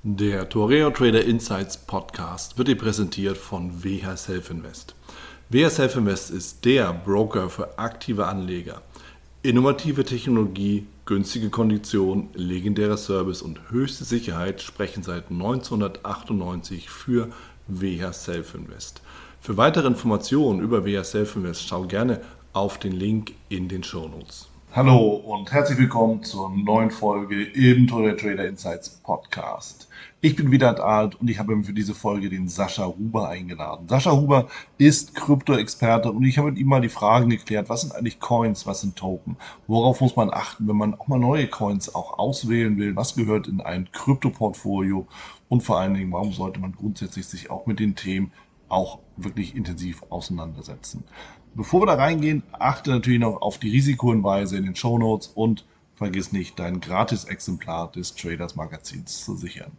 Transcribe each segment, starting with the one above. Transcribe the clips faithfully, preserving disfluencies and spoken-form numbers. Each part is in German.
Der Toreo Trader Insights Podcast wird dir präsentiert von W H Self Invest. W H Self Invest ist der Broker für aktive Anleger. Innovative Technologie, günstige Konditionen, legendärer Service und höchste Sicherheit sprechen seit neunzehnhundertachtundneunzig für W H Self Invest. Für weitere Informationen über W H Self Invest schau gerne auf den Link in den Shownotes. Hallo und herzlich willkommen zur neuen Folge im Toreo Trader Insights Podcast. Ich bin Vedat Alt und ich habe mir für diese Folge den Sascha Huber eingeladen. Sascha Huber ist Krypto-Experte und ich habe mit ihm mal die Fragen geklärt, was sind eigentlich Coins, was sind Token, worauf muss man achten, wenn man auch mal neue Coins auch auswählen will, was gehört in ein Krypto-Portfolio und vor allen Dingen, warum sollte man grundsätzlich sich auch mit den Themen auch wirklich intensiv auseinandersetzen. Bevor wir da reingehen, achte natürlich noch auf die Risikohinweise in den Shownotes und vergiss nicht, dein Gratis-Exemplar des Traders Magazins zu sichern.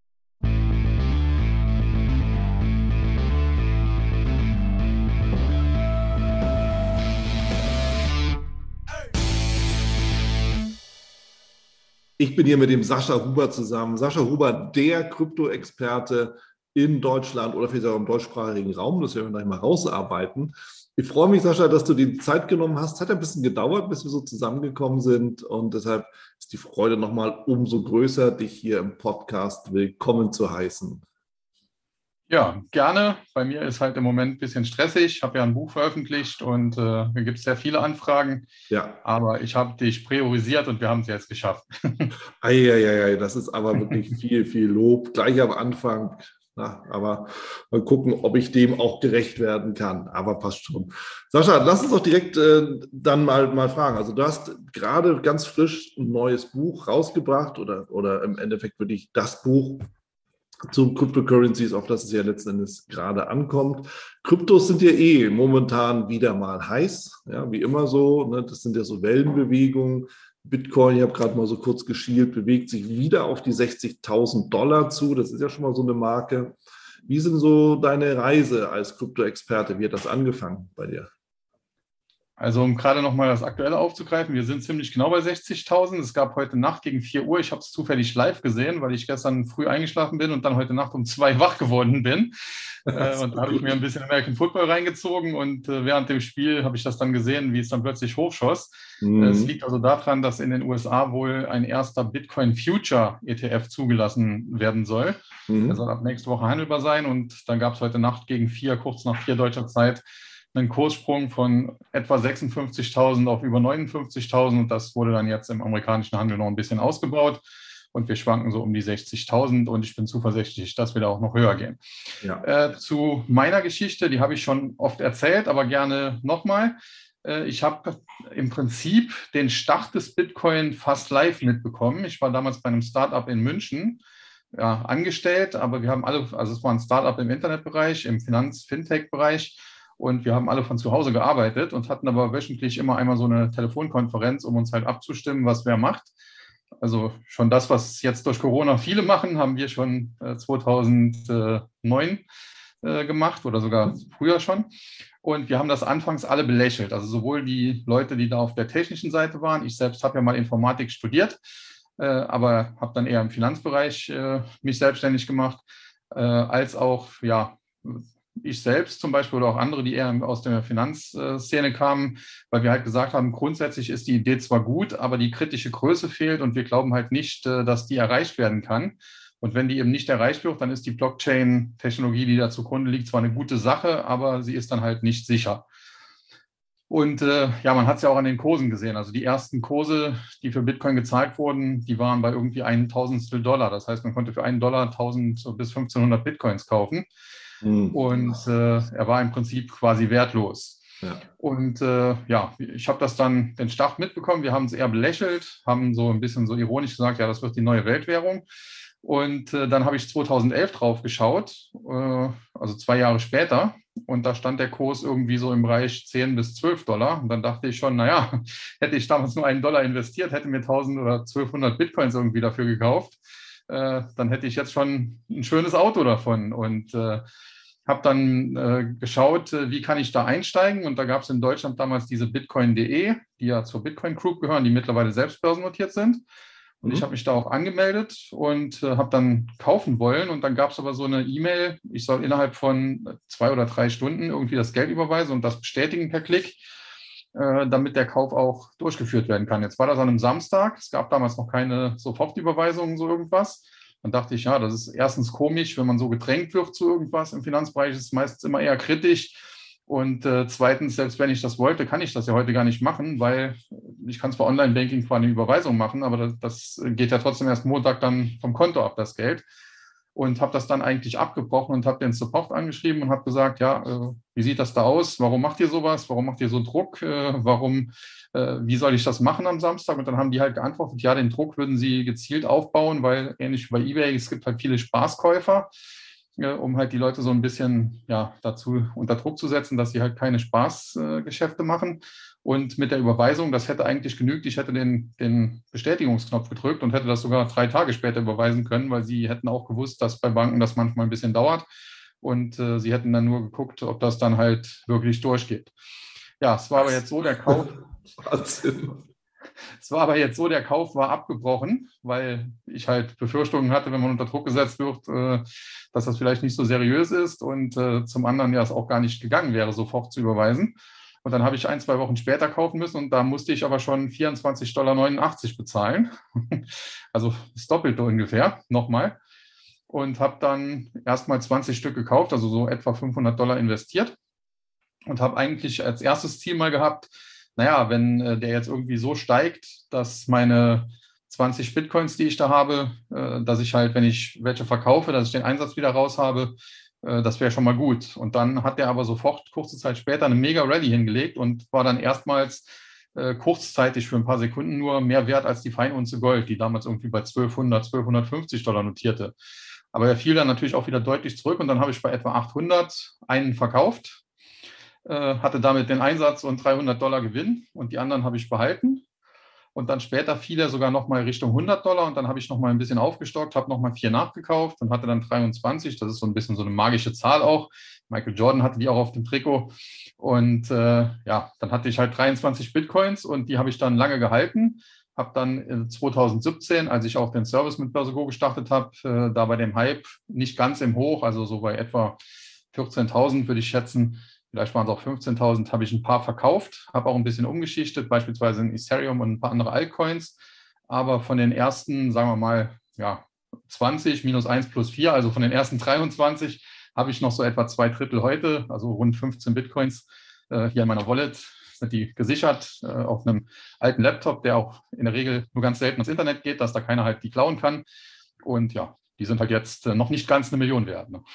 Ich bin hier mit dem Sascha Huber zusammen. Sascha Huber, der Krypto-Experte in Deutschland oder vielleicht auch im deutschsprachigen Raum. Das werden wir gleich mal rausarbeiten. Ich freue mich, Sascha, dass du dir die Zeit genommen hast. Es hat ein bisschen gedauert, bis wir so zusammengekommen sind. Und deshalb ist die Freude nochmal umso größer, dich hier im Podcast willkommen zu heißen. Ja, gerne. Bei mir ist halt im Moment ein bisschen stressig. Ich habe ja ein Buch veröffentlicht und äh, mir gibt es sehr viele Anfragen. Ja. Aber ich habe dich priorisiert und wir haben es jetzt geschafft. Eieiei, das ist aber wirklich viel, viel Lob. Gleich am Anfang. Na, aber mal gucken, ob ich dem auch gerecht werden kann. Aber passt schon. Sascha, lass uns doch direkt äh, dann mal, mal fragen. Also du hast gerade ganz frisch ein neues Buch rausgebracht oder, oder im Endeffekt wirklich das Buch zu Cryptocurrencies, auf das es ja letzten Endes gerade ankommt. Kryptos sind ja eh momentan wieder mal heiß, ja, wie immer so. Ne? Das sind ja so Wellenbewegungen. Bitcoin, ich habe gerade mal so kurz geschielt, bewegt sich wieder auf die sechzigtausend Dollar zu. Das ist ja schon mal so eine Marke. Wie sind so deine Reise als Krypto-Experte? Wie hat das angefangen bei dir? Also um gerade nochmal das Aktuelle aufzugreifen, wir sind ziemlich genau bei sechzigtausend. Es gab heute Nacht gegen vier Uhr, ich habe es zufällig live gesehen, weil ich gestern früh eingeschlafen bin und dann heute Nacht um zwei wach geworden bin. äh, und da habe ich mir ein bisschen American Football reingezogen und äh, während dem Spiel habe ich das dann gesehen, wie es dann plötzlich hochschoss. Mhm. Es liegt also daran, dass in den U S A wohl ein erster Bitcoin Future E T F zugelassen werden soll. Mhm. Der soll ab nächste Woche handelbar sein und dann gab es heute Nacht gegen vier, kurz nach vier deutscher Zeit, einen Kurssprung von etwa sechsundfünfzigtausend auf über neunundfünfzigtausend und das wurde dann jetzt im amerikanischen Handel noch ein bisschen ausgebaut und wir schwanken so um die sechzigtausend und ich bin zuversichtlich, dass wir da auch noch höher gehen. Ja. Äh, zu meiner Geschichte, die habe ich schon oft erzählt, aber gerne nochmal. Äh, ich habe im Prinzip den Start des Bitcoin fast live mitbekommen. Ich war damals bei einem Startup in München, ja, angestellt, aber wir haben alle, also es war ein Startup im Internetbereich, im Finanz-Fintech-Bereich. Und wir haben alle von zu Hause gearbeitet und hatten aber wöchentlich immer einmal so eine Telefonkonferenz, um uns halt abzustimmen, was wer macht. Also schon das, was jetzt durch Corona viele machen, haben wir schon zweitausendneun äh, gemacht oder sogar früher schon. Und wir haben das anfangs alle belächelt. Also sowohl die Leute, die da auf der technischen Seite waren. Ich selbst habe ja mal Informatik studiert, äh, aber habe dann eher im Finanzbereich äh, mich selbstständig gemacht, äh, als auch, ja, ich selbst zum Beispiel oder auch andere, die eher aus der Finanzszene kamen, weil wir halt gesagt haben, grundsätzlich ist die Idee zwar gut, aber die kritische Größe fehlt und wir glauben halt nicht, dass die erreicht werden kann. Und wenn die eben nicht erreicht wird, dann ist die Blockchain-Technologie, die da zugrunde liegt, zwar eine gute Sache, aber sie ist dann halt nicht sicher. Und äh, ja, man hat es ja auch an den Kursen gesehen. Also die ersten Kurse, die für Bitcoin gezahlt wurden, die waren bei irgendwie ein Tausendstel Dollar. Das heißt, man konnte für einen Dollar tausend bis fünfzehnhundert Bitcoins kaufen. Und äh, er war im Prinzip quasi wertlos. Ja. Und äh, ja, ich habe das dann den Start mitbekommen. Wir haben es eher belächelt, haben so ein bisschen so ironisch gesagt, ja, das wird die neue Weltwährung. Und äh, dann habe ich zweitausendelf drauf geschaut, äh, also zwei Jahre später. Und da stand der Kurs irgendwie so im Bereich zehn bis zwölf Dollar. Und dann dachte ich schon, naja, hätte ich damals nur einen Dollar investiert, hätte mir tausend oder zwölfhundert Bitcoins irgendwie dafür gekauft, äh, dann hätte ich jetzt schon ein schönes Auto davon. Und äh, habe dann äh, geschaut, äh, wie kann ich da einsteigen. Und da gab es in Deutschland damals diese Bitcoin punkt de, die ja zur Bitcoin Group gehören, die mittlerweile selbst börsennotiert sind. Und ich habe mich da auch angemeldet und äh, habe dann kaufen wollen. Und dann gab es aber so eine E-Mail, ich soll innerhalb von zwei oder drei Stunden irgendwie das Geld überweisen und das bestätigen per Klick, äh, damit der Kauf auch durchgeführt werden kann. Jetzt war das an einem Samstag. Es gab damals noch keine Sofortüberweisungen, so irgendwas. Dann dachte ich, ja, das ist erstens komisch, wenn man so gedrängt wird zu irgendwas im Finanzbereich, ist es meistens immer eher kritisch. Und äh, zweitens, selbst wenn ich das wollte, kann ich das ja heute gar nicht machen, weil ich kann zwar Online-Banking zwar eine Überweisung machen, aber das, das geht ja trotzdem erst Montag dann vom Konto ab, das Geld. Und habe das dann eigentlich abgebrochen und habe den Support angeschrieben und habe gesagt, ja, äh, wie sieht das da aus? Warum macht ihr sowas? Warum macht ihr so Druck? Äh, warum, äh, wie soll ich das machen am Samstag? Und dann haben die halt geantwortet, ja, den Druck würden sie gezielt aufbauen, weil ähnlich wie bei eBay, es gibt halt viele Spaßkäufer, um halt die Leute so ein bisschen ja, dazu unter Druck zu setzen, dass sie halt keine Spaßgeschäfte äh, machen. Und mit der Überweisung, das hätte eigentlich genügt. Ich hätte den, den Bestätigungsknopf gedrückt und hätte das sogar drei Tage später überweisen können, weil sie hätten auch gewusst, dass bei Banken das manchmal ein bisschen dauert. Und äh, sie hätten dann nur geguckt, ob das dann halt wirklich durchgeht. Ja, es war aber jetzt so, der Kauf... Wahnsinn. Es war aber jetzt so, der Kauf war abgebrochen, weil ich halt Befürchtungen hatte, wenn man unter Druck gesetzt wird, äh, dass das vielleicht nicht so seriös ist und äh, zum anderen ja es auch gar nicht gegangen wäre, sofort zu überweisen. Und dann habe ich ein, zwei Wochen später kaufen müssen und da musste ich aber schon vierundzwanzig Komma neunundachtzig Dollar bezahlen. Also das Doppelte ungefähr, nochmal. Und habe dann erstmal zwanzig Stück gekauft, also so etwa fünfhundert Dollar investiert und habe eigentlich als erstes Ziel mal gehabt, naja, wenn äh, der jetzt irgendwie so steigt, dass meine zwanzig Bitcoins, die ich da habe, äh, dass ich halt, wenn ich welche verkaufe, dass ich den Einsatz wieder raus habe, äh, das wäre schon mal gut. Und dann hat der aber sofort kurze Zeit später eine mega Rallye hingelegt und war dann erstmals äh, kurzzeitig für ein paar Sekunden nur mehr wert als die Feinunze Gold, die damals irgendwie bei zwölfhundert, zwölfhundertfünfzig Dollar notierte. Aber er fiel dann natürlich auch wieder deutlich zurück und dann habe ich bei etwa achthundert einen verkauft, hatte damit den Einsatz und dreihundert Dollar Gewinn und die anderen habe ich behalten. Und dann später fiel er sogar nochmal Richtung hundert Dollar und dann habe ich nochmal ein bisschen aufgestockt, habe nochmal vier nachgekauft und hatte dann dreiundzwanzig. Das ist so ein bisschen so eine magische Zahl auch. Michael Jordan hatte die auch auf dem Trikot. Und äh, ja, dann hatte ich halt dreiundzwanzig Bitcoins und die habe ich dann lange gehalten. Habe dann zwanzig siebzehn, als ich auch den Service mit BörseGo gestartet habe, äh, da bei dem Hype nicht ganz im Hoch, also so bei etwa vierzehntausend würde ich schätzen, vielleicht waren es auch fünfzehntausend, habe ich ein paar verkauft, habe auch ein bisschen umgeschichtet, beispielsweise in Ethereum und ein paar andere Altcoins. Aber von den ersten, sagen wir mal, ja, zwanzig minus eins plus vier, also von den ersten dreiundzwanzig, habe ich noch so etwa zwei Drittel heute, also rund fünfzehn Bitcoins äh, hier in meiner Wallet. Sind die gesichert äh, auf einem alten Laptop, der auch in der Regel nur ganz selten ins Internet geht, dass da keiner halt die klauen kann. Und ja, die sind halt jetzt äh, noch nicht ganz eine Million wert. Ne?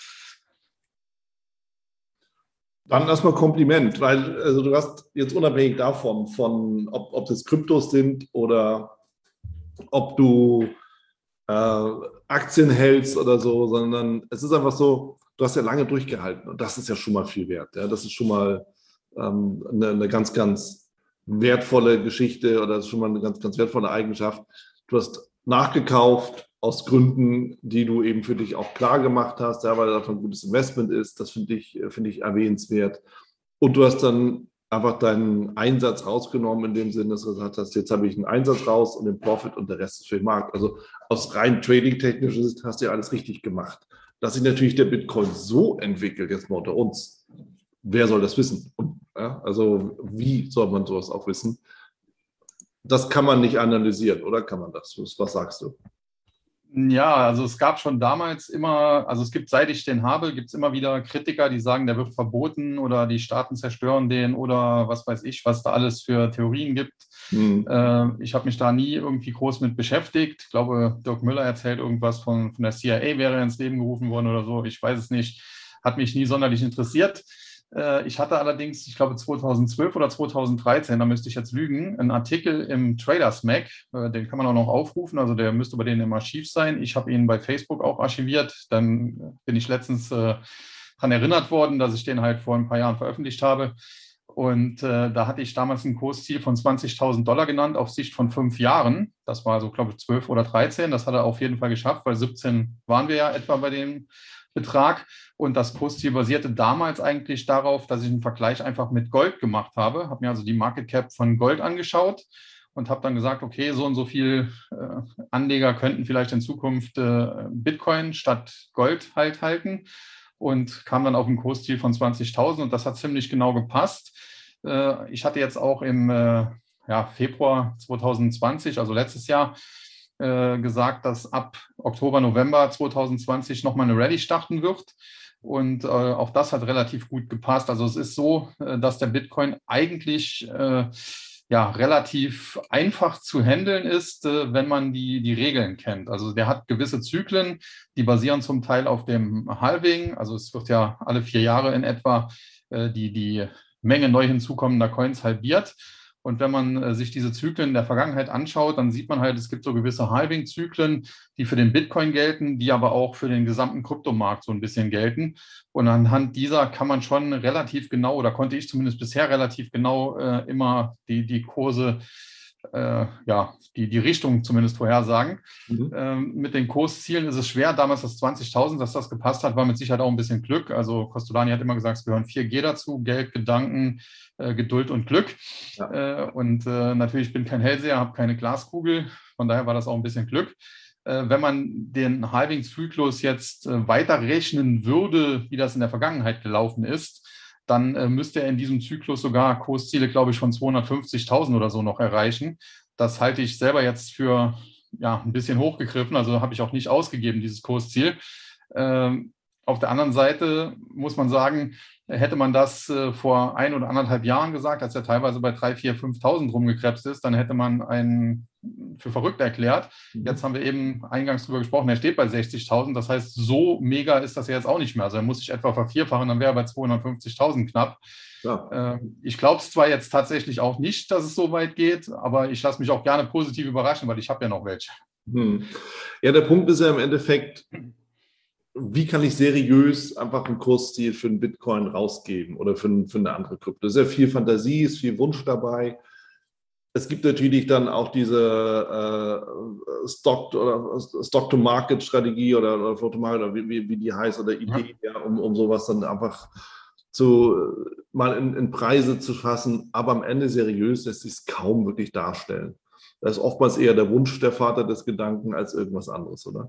Dann erstmal Kompliment, weil also du hast jetzt unabhängig davon, von ob, ob das Kryptos sind oder ob du äh, Aktien hältst oder so, sondern es ist einfach so, du hast ja lange durchgehalten und das ist ja schon mal viel wert. Ja? Das ist schon mal ähm, eine, eine ganz, ganz wertvolle Geschichte oder das ist schon mal eine ganz, ganz wertvolle Eigenschaft. Du hast nachgekauft aus Gründen, die du eben für dich auch klar gemacht hast, ja, weil das ein gutes Investment ist. Das finde ich, finde ich erwähnenswert. Und du hast dann einfach deinen Einsatz rausgenommen, in dem Sinne, dass du gesagt hast, jetzt habe ich einen Einsatz raus und den Profit und der Rest ist für den Markt. Also aus rein trading-technischer Sicht hast du ja alles richtig gemacht. Dass sich natürlich der Bitcoin so entwickelt, jetzt mal unter uns, wer soll das wissen? Und, ja, also wie soll man sowas auch wissen? Das kann man nicht analysieren, oder kann man das? Was sagst du? Ja, also es gab schon damals immer, also es gibt, seit ich den habe, gibt es immer wieder Kritiker, die sagen, der wird verboten oder die Staaten zerstören den oder was weiß ich, was da alles für Theorien gibt. Mhm. Äh, ich habe mich da nie irgendwie groß mit beschäftigt. Ich glaube, Dirk Müller erzählt irgendwas von, von der C I A, wäre ins Leben gerufen worden oder so. Ich weiß es nicht. Hat mich nie sonderlich interessiert. Ich hatte allerdings, ich glaube zweitausendzwölf oder zweitausenddreizehn, da müsste ich jetzt lügen, einen Artikel im Traders Mag, den kann man auch noch aufrufen, also der müsste bei denen im Archiv sein. Ich habe ihn bei Facebook auch archiviert, dann bin ich letztens äh, daran erinnert worden, dass ich den halt vor ein paar Jahren veröffentlicht habe. Und äh, da hatte ich damals ein Kursziel von zwanzigtausend Dollar genannt auf Sicht von fünf Jahren. Das war so, glaube ich, zwölf oder dreizehn. Das hat er auf jeden Fall geschafft, weil siebzehn waren wir ja etwa bei dem Betrag. Und das Kursziel basierte damals eigentlich darauf, dass ich einen Vergleich einfach mit Gold gemacht habe. Habe mir also die Market Cap von Gold angeschaut und habe dann gesagt, okay, so und so viel äh, Anleger könnten vielleicht in Zukunft äh, Bitcoin statt Gold halt halten und kam dann auf ein Kursziel von zwanzigtausend und das hat ziemlich genau gepasst. Äh, ich hatte jetzt auch im äh, ja, Februar zwanzig zwanzig, also letztes Jahr, äh, gesagt, dass ab Oktober, November zwanzig zwanzig nochmal eine Rallye starten wird. Und äh, auch das hat relativ gut gepasst. Also es ist so, äh, dass der Bitcoin eigentlich äh, ja, relativ einfach zu handeln ist, äh, wenn man die, die Regeln kennt. Also der hat gewisse Zyklen, die basieren zum Teil auf dem Halving. Also es wird ja alle vier Jahre in etwa äh, die, die Menge neu hinzukommender Coins halbiert. Und wenn man äh, sich diese Zyklen in der Vergangenheit anschaut, dann sieht man halt, es gibt so gewisse Halving-Zyklen, die für den Bitcoin gelten, die aber auch für den gesamten Kryptomarkt so ein bisschen gelten. Und anhand dieser kann man schon relativ genau, oder konnte ich zumindest bisher relativ genau äh, immer die, die Kurse, äh, ja, die, die Richtung zumindest vorhersagen. Mhm. Ähm, mit den Kurszielen ist es schwer. Damals das zwanzigtausend, dass das gepasst hat, war mit Sicherheit auch ein bisschen Glück. Also Costolani hat immer gesagt, es gehören vier G dazu: Geld, Gedanken, äh, Geduld und Glück. Ja. Äh, und äh, natürlich bin ich kein Hellseher, habe keine Glaskugel. Von daher war das auch ein bisschen Glück. Äh, wenn man den Halving-Zyklus jetzt äh, weiterrechnen würde, wie das in der Vergangenheit gelaufen ist, dann äh, müsste er in diesem Zyklus sogar Kursziele, glaube ich, von zweihundertfünfzigtausend oder so noch erreichen. Das halte ich selber jetzt für ja, ein bisschen hochgegriffen, also habe ich auch nicht ausgegeben, dieses Kursziel. Ähm, auf der anderen Seite muss man sagen, hätte man das äh, vor ein oder anderthalb Jahren gesagt, als er teilweise bei dreitausend, viertausend, fünftausend rumgekrebst ist, dann hätte man einen für verrückt erklärt. Jetzt haben wir eben eingangs drüber gesprochen, er steht bei sechzigtausend. Das heißt, so mega ist das ja jetzt auch nicht mehr. Also er muss sich etwa vervierfachen, dann wäre er bei zweihundertfünfzigtausend knapp. Ja. Ich glaube es zwar jetzt tatsächlich auch nicht, dass es so weit geht, aber ich lasse mich auch gerne positiv überraschen, weil ich habe ja noch welche. Hm. Ja, der Punkt ist ja im Endeffekt, wie kann ich seriös einfach ein Kursziel für einen Bitcoin rausgeben oder für, für eine andere Krypto? Es ist ja viel Fantasie, ist viel Wunsch dabei. Es gibt natürlich dann auch diese äh, Stock- oder Stock-to-Market-Strategie oder, oder Photomarket oder wie, wie, wie die heißt oder Idee, ja. Ja, um, um sowas dann einfach zu, mal in, in Preise zu fassen. Aber am Ende seriös lässt sich es kaum wirklich darstellen. Das ist oftmals eher der Wunsch der Vater des Gedanken als irgendwas anderes, oder?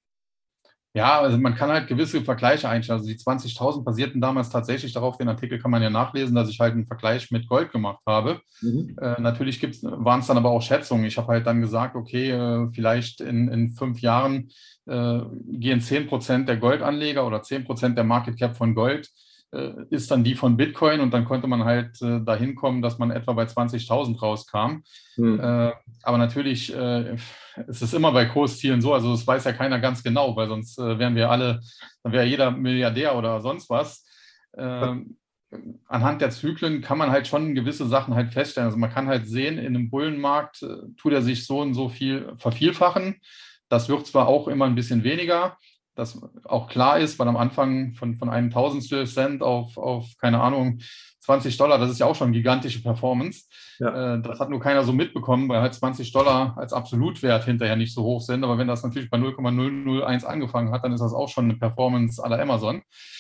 Ja, also man kann halt gewisse Vergleiche einstellen. Also die zwanzigtausend basierten damals tatsächlich darauf, den Artikel kann man ja nachlesen, dass ich halt einen Vergleich mit Gold gemacht habe. Mhm. Äh, natürlich waren es dann aber auch Schätzungen. Ich habe halt dann gesagt, okay, äh, vielleicht in, in fünf Jahren äh, gehen zehn Prozent der Goldanleger oder zehn Prozent der Market Cap von Gold äh, ist dann die von Bitcoin, und dann konnte man halt äh, dahin kommen, dass man etwa bei zwanzigtausend rauskam. Mhm. Äh, aber natürlich äh, es ist immer bei Kurszielen so, also das weiß ja keiner ganz genau, weil sonst äh, wären wir alle, dann wäre jeder Milliardär oder sonst was. Ähm, anhand der Zyklen kann man halt schon gewisse Sachen halt feststellen. Also man kann halt sehen, in einem Bullenmarkt äh, tut er sich so und so viel vervielfachen. Das wird zwar auch immer ein bisschen weniger, das auch klar ist, weil am Anfang von, von einem Tausendstel Cent auf, auf, keine Ahnung, zwanzig Dollar, das ist ja auch schon gigantische Performance. Ja. Das hat nur keiner so mitbekommen, weil halt zwanzig Dollar als Absolutwert hinterher nicht so hoch sind. Aber wenn das natürlich bei null Komma null null eins angefangen hat, dann ist das auch schon eine Performance à la Amazon.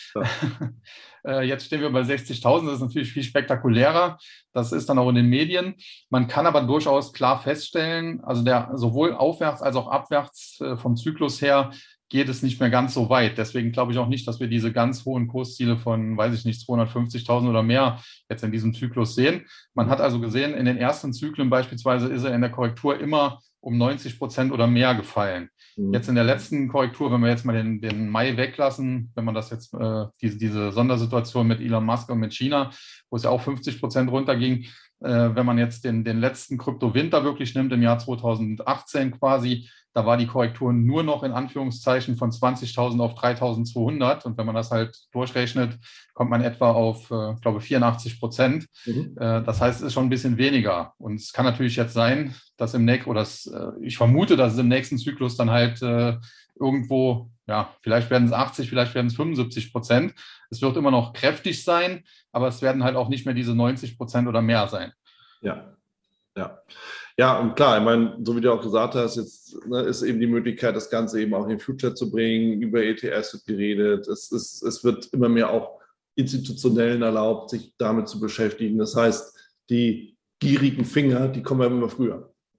Ja. Jetzt stehen wir bei sechzigtausend, das ist natürlich viel spektakulärer. Das ist dann auch in den Medien. Man kann aber durchaus klar feststellen, also der sowohl aufwärts als auch abwärts vom Zyklus her geht es nicht mehr ganz so weit. Deswegen glaube ich auch nicht, dass wir diese ganz hohen Kursziele von, weiß ich nicht, zweihundertfünfzigtausend oder mehr jetzt in diesem Zyklus sehen. Man hat also gesehen, in den ersten Zyklen beispielsweise ist er in der Korrektur immer um neunzig Prozent oder mehr gefallen. Mhm. Jetzt in der letzten Korrektur, wenn wir jetzt mal den, den Mai weglassen, wenn man das jetzt, äh, diese, diese Sondersituation mit Elon Musk und mit China, wo es ja auch fünfzig Prozent runterging, äh, wenn man jetzt den, den letzten Kryptowinter wirklich nimmt, im Jahr zweitausendachtzehn quasi, da war die Korrektur nur noch in Anführungszeichen von zwanzigtausend auf dreitausendzweihundert. Und wenn man das halt durchrechnet, kommt man etwa auf, äh, ich glaube, vierundachtzig Prozent. Mhm. Äh, das heißt, es ist schon ein bisschen weniger. Und es kann natürlich jetzt sein, dass im nächsten, oder das, äh, ich vermute, dass es im nächsten Zyklus dann halt äh, irgendwo, ja, vielleicht werden es achtzig, vielleicht werden es fünfundsiebzig Prozent. Es wird immer noch kräftig sein, aber es werden halt auch nicht mehr diese neunzig Prozent oder mehr sein. Ja, ja. Ja, und klar, ich meine, so wie du auch gesagt hast, jetzt ne, ist eben die Möglichkeit, das Ganze eben auch in den Future zu bringen. Über E T Fs wird geredet. Es, ist, es wird immer mehr auch Institutionellen erlaubt, sich damit zu beschäftigen. Das heißt, die gierigen Finger, die kommen ja immer früher.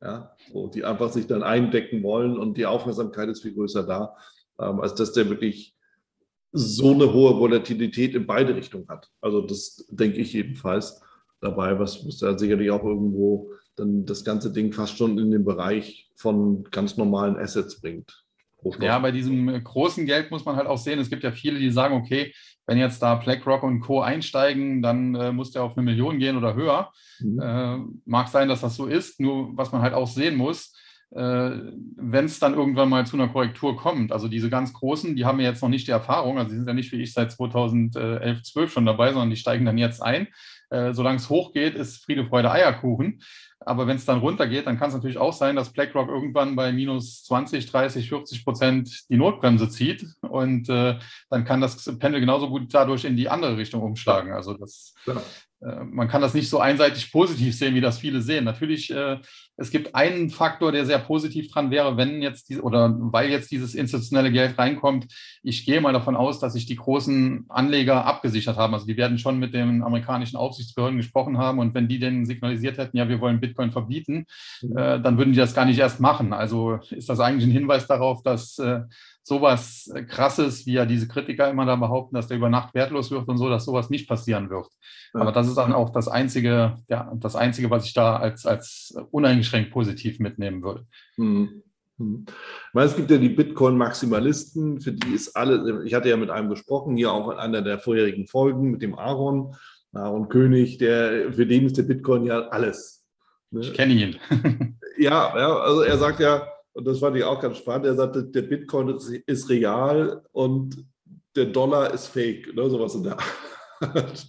ja, so, die einfach sich dann eindecken wollen und die Aufmerksamkeit ist viel größer da, ähm, als dass der wirklich so eine hohe Volatilität in beide Richtungen hat. Also das denke ich jedenfalls dabei, was, was da sicherlich auch irgendwo dann das ganze Ding fast schon in den Bereich von ganz normalen Assets bringt. Ja, bei diesem großen Geld muss man halt auch sehen, es gibt ja viele, die sagen, okay, wenn jetzt da BlackRock und Co. einsteigen, dann äh, muss der auf eine Million gehen oder höher. Mhm. Äh, mag sein, dass das so ist, nur was man halt auch sehen muss, äh, wenn es dann irgendwann mal zu einer Korrektur kommt. Also diese ganz Großen, die haben ja jetzt noch nicht die Erfahrung, also die sind ja nicht wie ich seit zweitausendelf, zwölf schon dabei, sondern die steigen dann jetzt ein. Äh, solange es hochgeht, ist Friede, Freude, Eierkuchen. Aber wenn es dann runtergeht, dann kann es natürlich auch sein, dass BlackRock irgendwann bei minus zwanzig, dreißig, vierzig Prozent die Notbremse zieht und äh, dann kann das Pendel genauso gut dadurch in die andere Richtung umschlagen. Also das, äh, man kann das nicht so einseitig positiv sehen, wie das viele sehen. Natürlich, äh, es gibt einen Faktor, der sehr positiv dran wäre, wenn jetzt die, oder weil jetzt dieses institutionelle Geld reinkommt. Ich gehe mal davon aus, dass sich die großen Anleger abgesichert haben. Also die werden schon mit den amerikanischen Aufsichtsbehörden gesprochen haben und wenn die denen signalisiert hätten, ja, wir wollen Bitcoin verbieten, mhm. äh, dann würden die das gar nicht erst machen. Also ist das eigentlich ein Hinweis darauf, dass äh, sowas Krasses, wie ja diese Kritiker immer da behaupten, dass der über Nacht wertlos wird und so, dass sowas nicht passieren wird. Ja. Aber das ist dann auch das Einzige, ja, das Einzige, was ich da als, als uneingeschränkt positiv mitnehmen würde. Mhm. Ich meine, es gibt ja die Bitcoin-Maximalisten, für die ist alle, ich hatte ja mit einem gesprochen, hier auch in einer der vorherigen Folgen mit dem Aaron, Aaron König, der, für den ist der Bitcoin ja alles. Ne? Ich kenne ihn. ja, ja, also er sagt ja, und das fand ich auch ganz spannend, er sagte, der Bitcoin ist, ist real und der Dollar ist fake, ne, sowas in der Art.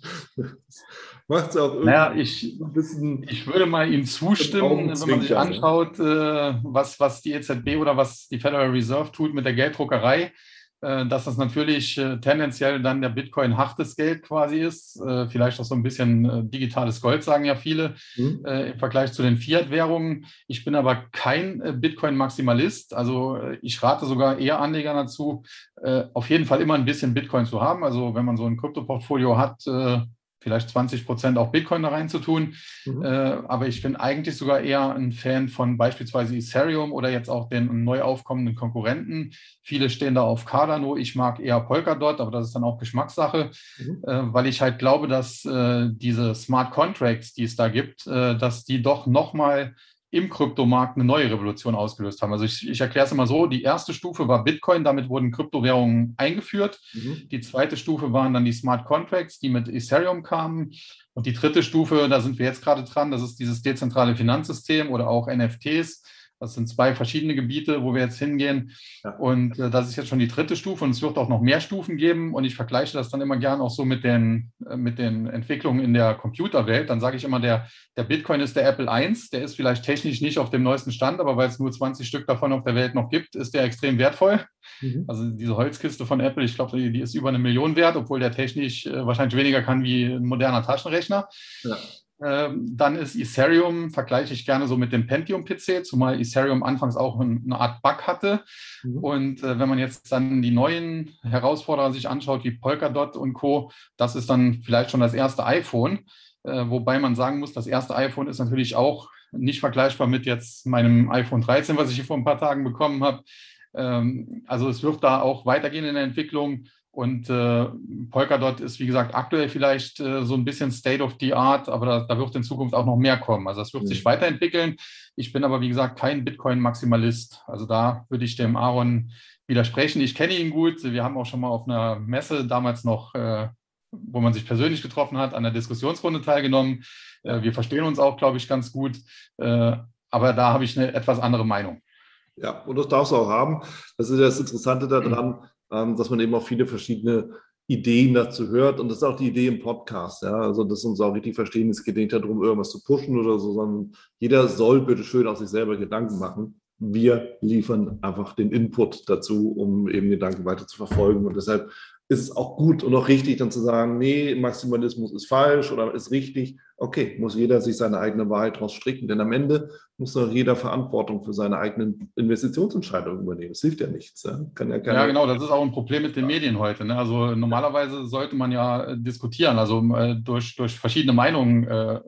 Macht es auch irgendwie naja, ich, ein bisschen. Ich würde mal ihm zustimmen, wenn man sich anschaut, äh, was, was die E Z B oder was die Federal Reserve tut mit der Gelddruckerei, äh, dass das natürlich äh, tendenziell dann der Bitcoin hartes Geld quasi ist. Äh, vielleicht auch so ein bisschen äh, digitales Gold, sagen ja viele, mhm. äh, im Vergleich zu den Fiat-Währungen. Ich bin aber kein äh, Bitcoin-Maximalist. Also äh, ich rate sogar eher Anlegern dazu, äh, auf jeden Fall immer ein bisschen Bitcoin zu haben. Also wenn man so ein Krypto-Portfolio hat, äh, vielleicht zwanzig Prozent auch Bitcoin da reinzutun. Mhm. Äh, aber ich bin eigentlich sogar eher ein Fan von beispielsweise Ethereum oder jetzt auch den neu aufkommenden Konkurrenten. Viele stehen da auf Cardano. Ich mag eher Polkadot, aber das ist dann auch Geschmackssache, mhm. äh, weil ich halt glaube, dass äh, diese Smart Contracts, die es da gibt, äh, dass die doch nochmal im Kryptomarkt eine neue Revolution ausgelöst haben. Also ich, ich erkläre es immer so, die erste Stufe war Bitcoin, damit wurden Kryptowährungen eingeführt. Mhm. Die zweite Stufe waren dann die Smart Contracts, die mit Ethereum kamen. Und die dritte Stufe, da sind wir jetzt gerade dran, das ist dieses dezentrale Finanzsystem oder auch N F Ts. Das sind zwei verschiedene Gebiete, wo wir jetzt hingehen. Ja. Und äh, das ist jetzt schon die dritte Stufe und es wird auch noch mehr Stufen geben. Und ich vergleiche das dann immer gern auch so mit den, äh, mit den Entwicklungen in der Computerwelt. Dann sage ich immer, der, der Bitcoin ist der Apple eins. Der ist vielleicht technisch nicht auf dem neuesten Stand, aber weil es nur zwanzig Stück davon auf der Welt noch gibt, ist der extrem wertvoll. Mhm. Also diese Holzkiste von Apple, ich glaube, die, die ist über eine Million wert, obwohl der technisch äh, wahrscheinlich weniger kann wie ein moderner Taschenrechner. Ja. Ähm, dann ist Ethereum, vergleiche ich gerne so mit dem Pentium-P C, zumal Ethereum anfangs auch eine Art Bug hatte. Mhm. Und äh, wenn man jetzt dann die neuen Herausforderer sich anschaut, wie Polkadot und Co., das ist dann vielleicht schon das erste iPhone. Äh, wobei man sagen muss, das erste iPhone ist natürlich auch nicht vergleichbar mit jetzt meinem iPhone dreizehn, was ich hier vor ein paar Tagen bekommen habe. Ähm, also es wird da auch weitergehen in der Entwicklung. Und äh, Polkadot ist, wie gesagt, aktuell vielleicht äh, so ein bisschen State of the Art, aber da, da wird in Zukunft auch noch mehr kommen. Also das wird mhm. sich weiterentwickeln. Ich bin aber, wie gesagt, kein Bitcoin-Maximalist. Also da würde ich dem Aaron widersprechen. Ich kenne ihn gut. Wir haben auch schon mal auf einer Messe damals noch, äh, wo man sich persönlich getroffen hat, an der Diskussionsrunde teilgenommen. Äh, wir verstehen uns auch, glaube ich, ganz gut. Äh, aber da habe ich eine etwas andere Meinung. Ja, und das darfst du auch haben. Das ist das Interessante daran, mhm. dass man eben auch viele verschiedene Ideen dazu hört. Und das ist auch die Idee im Podcast. Ja? Also, dass wir uns auch richtig verstehen, es geht nicht darum, irgendwas zu pushen oder so, sondern jeder soll bitte schön aus sich selber Gedanken machen. Wir liefern einfach den Input dazu, um eben Gedanken weiter zu verfolgen. Und deshalb ist es auch gut und auch richtig, dann zu sagen, nee, Maximalismus ist falsch oder ist richtig. Okay, muss jeder sich seine eigene Wahrheit draus stricken, denn am Ende muss doch jeder Verantwortung für seine eigenen Investitionsentscheidungen übernehmen. Das hilft ja nichts. Ja, Kann ja, ja genau, das ist auch ein Problem mit den Medien heute. Ne? Also normalerweise sollte man ja diskutieren, also äh, durch, durch verschiedene Meinungen äh,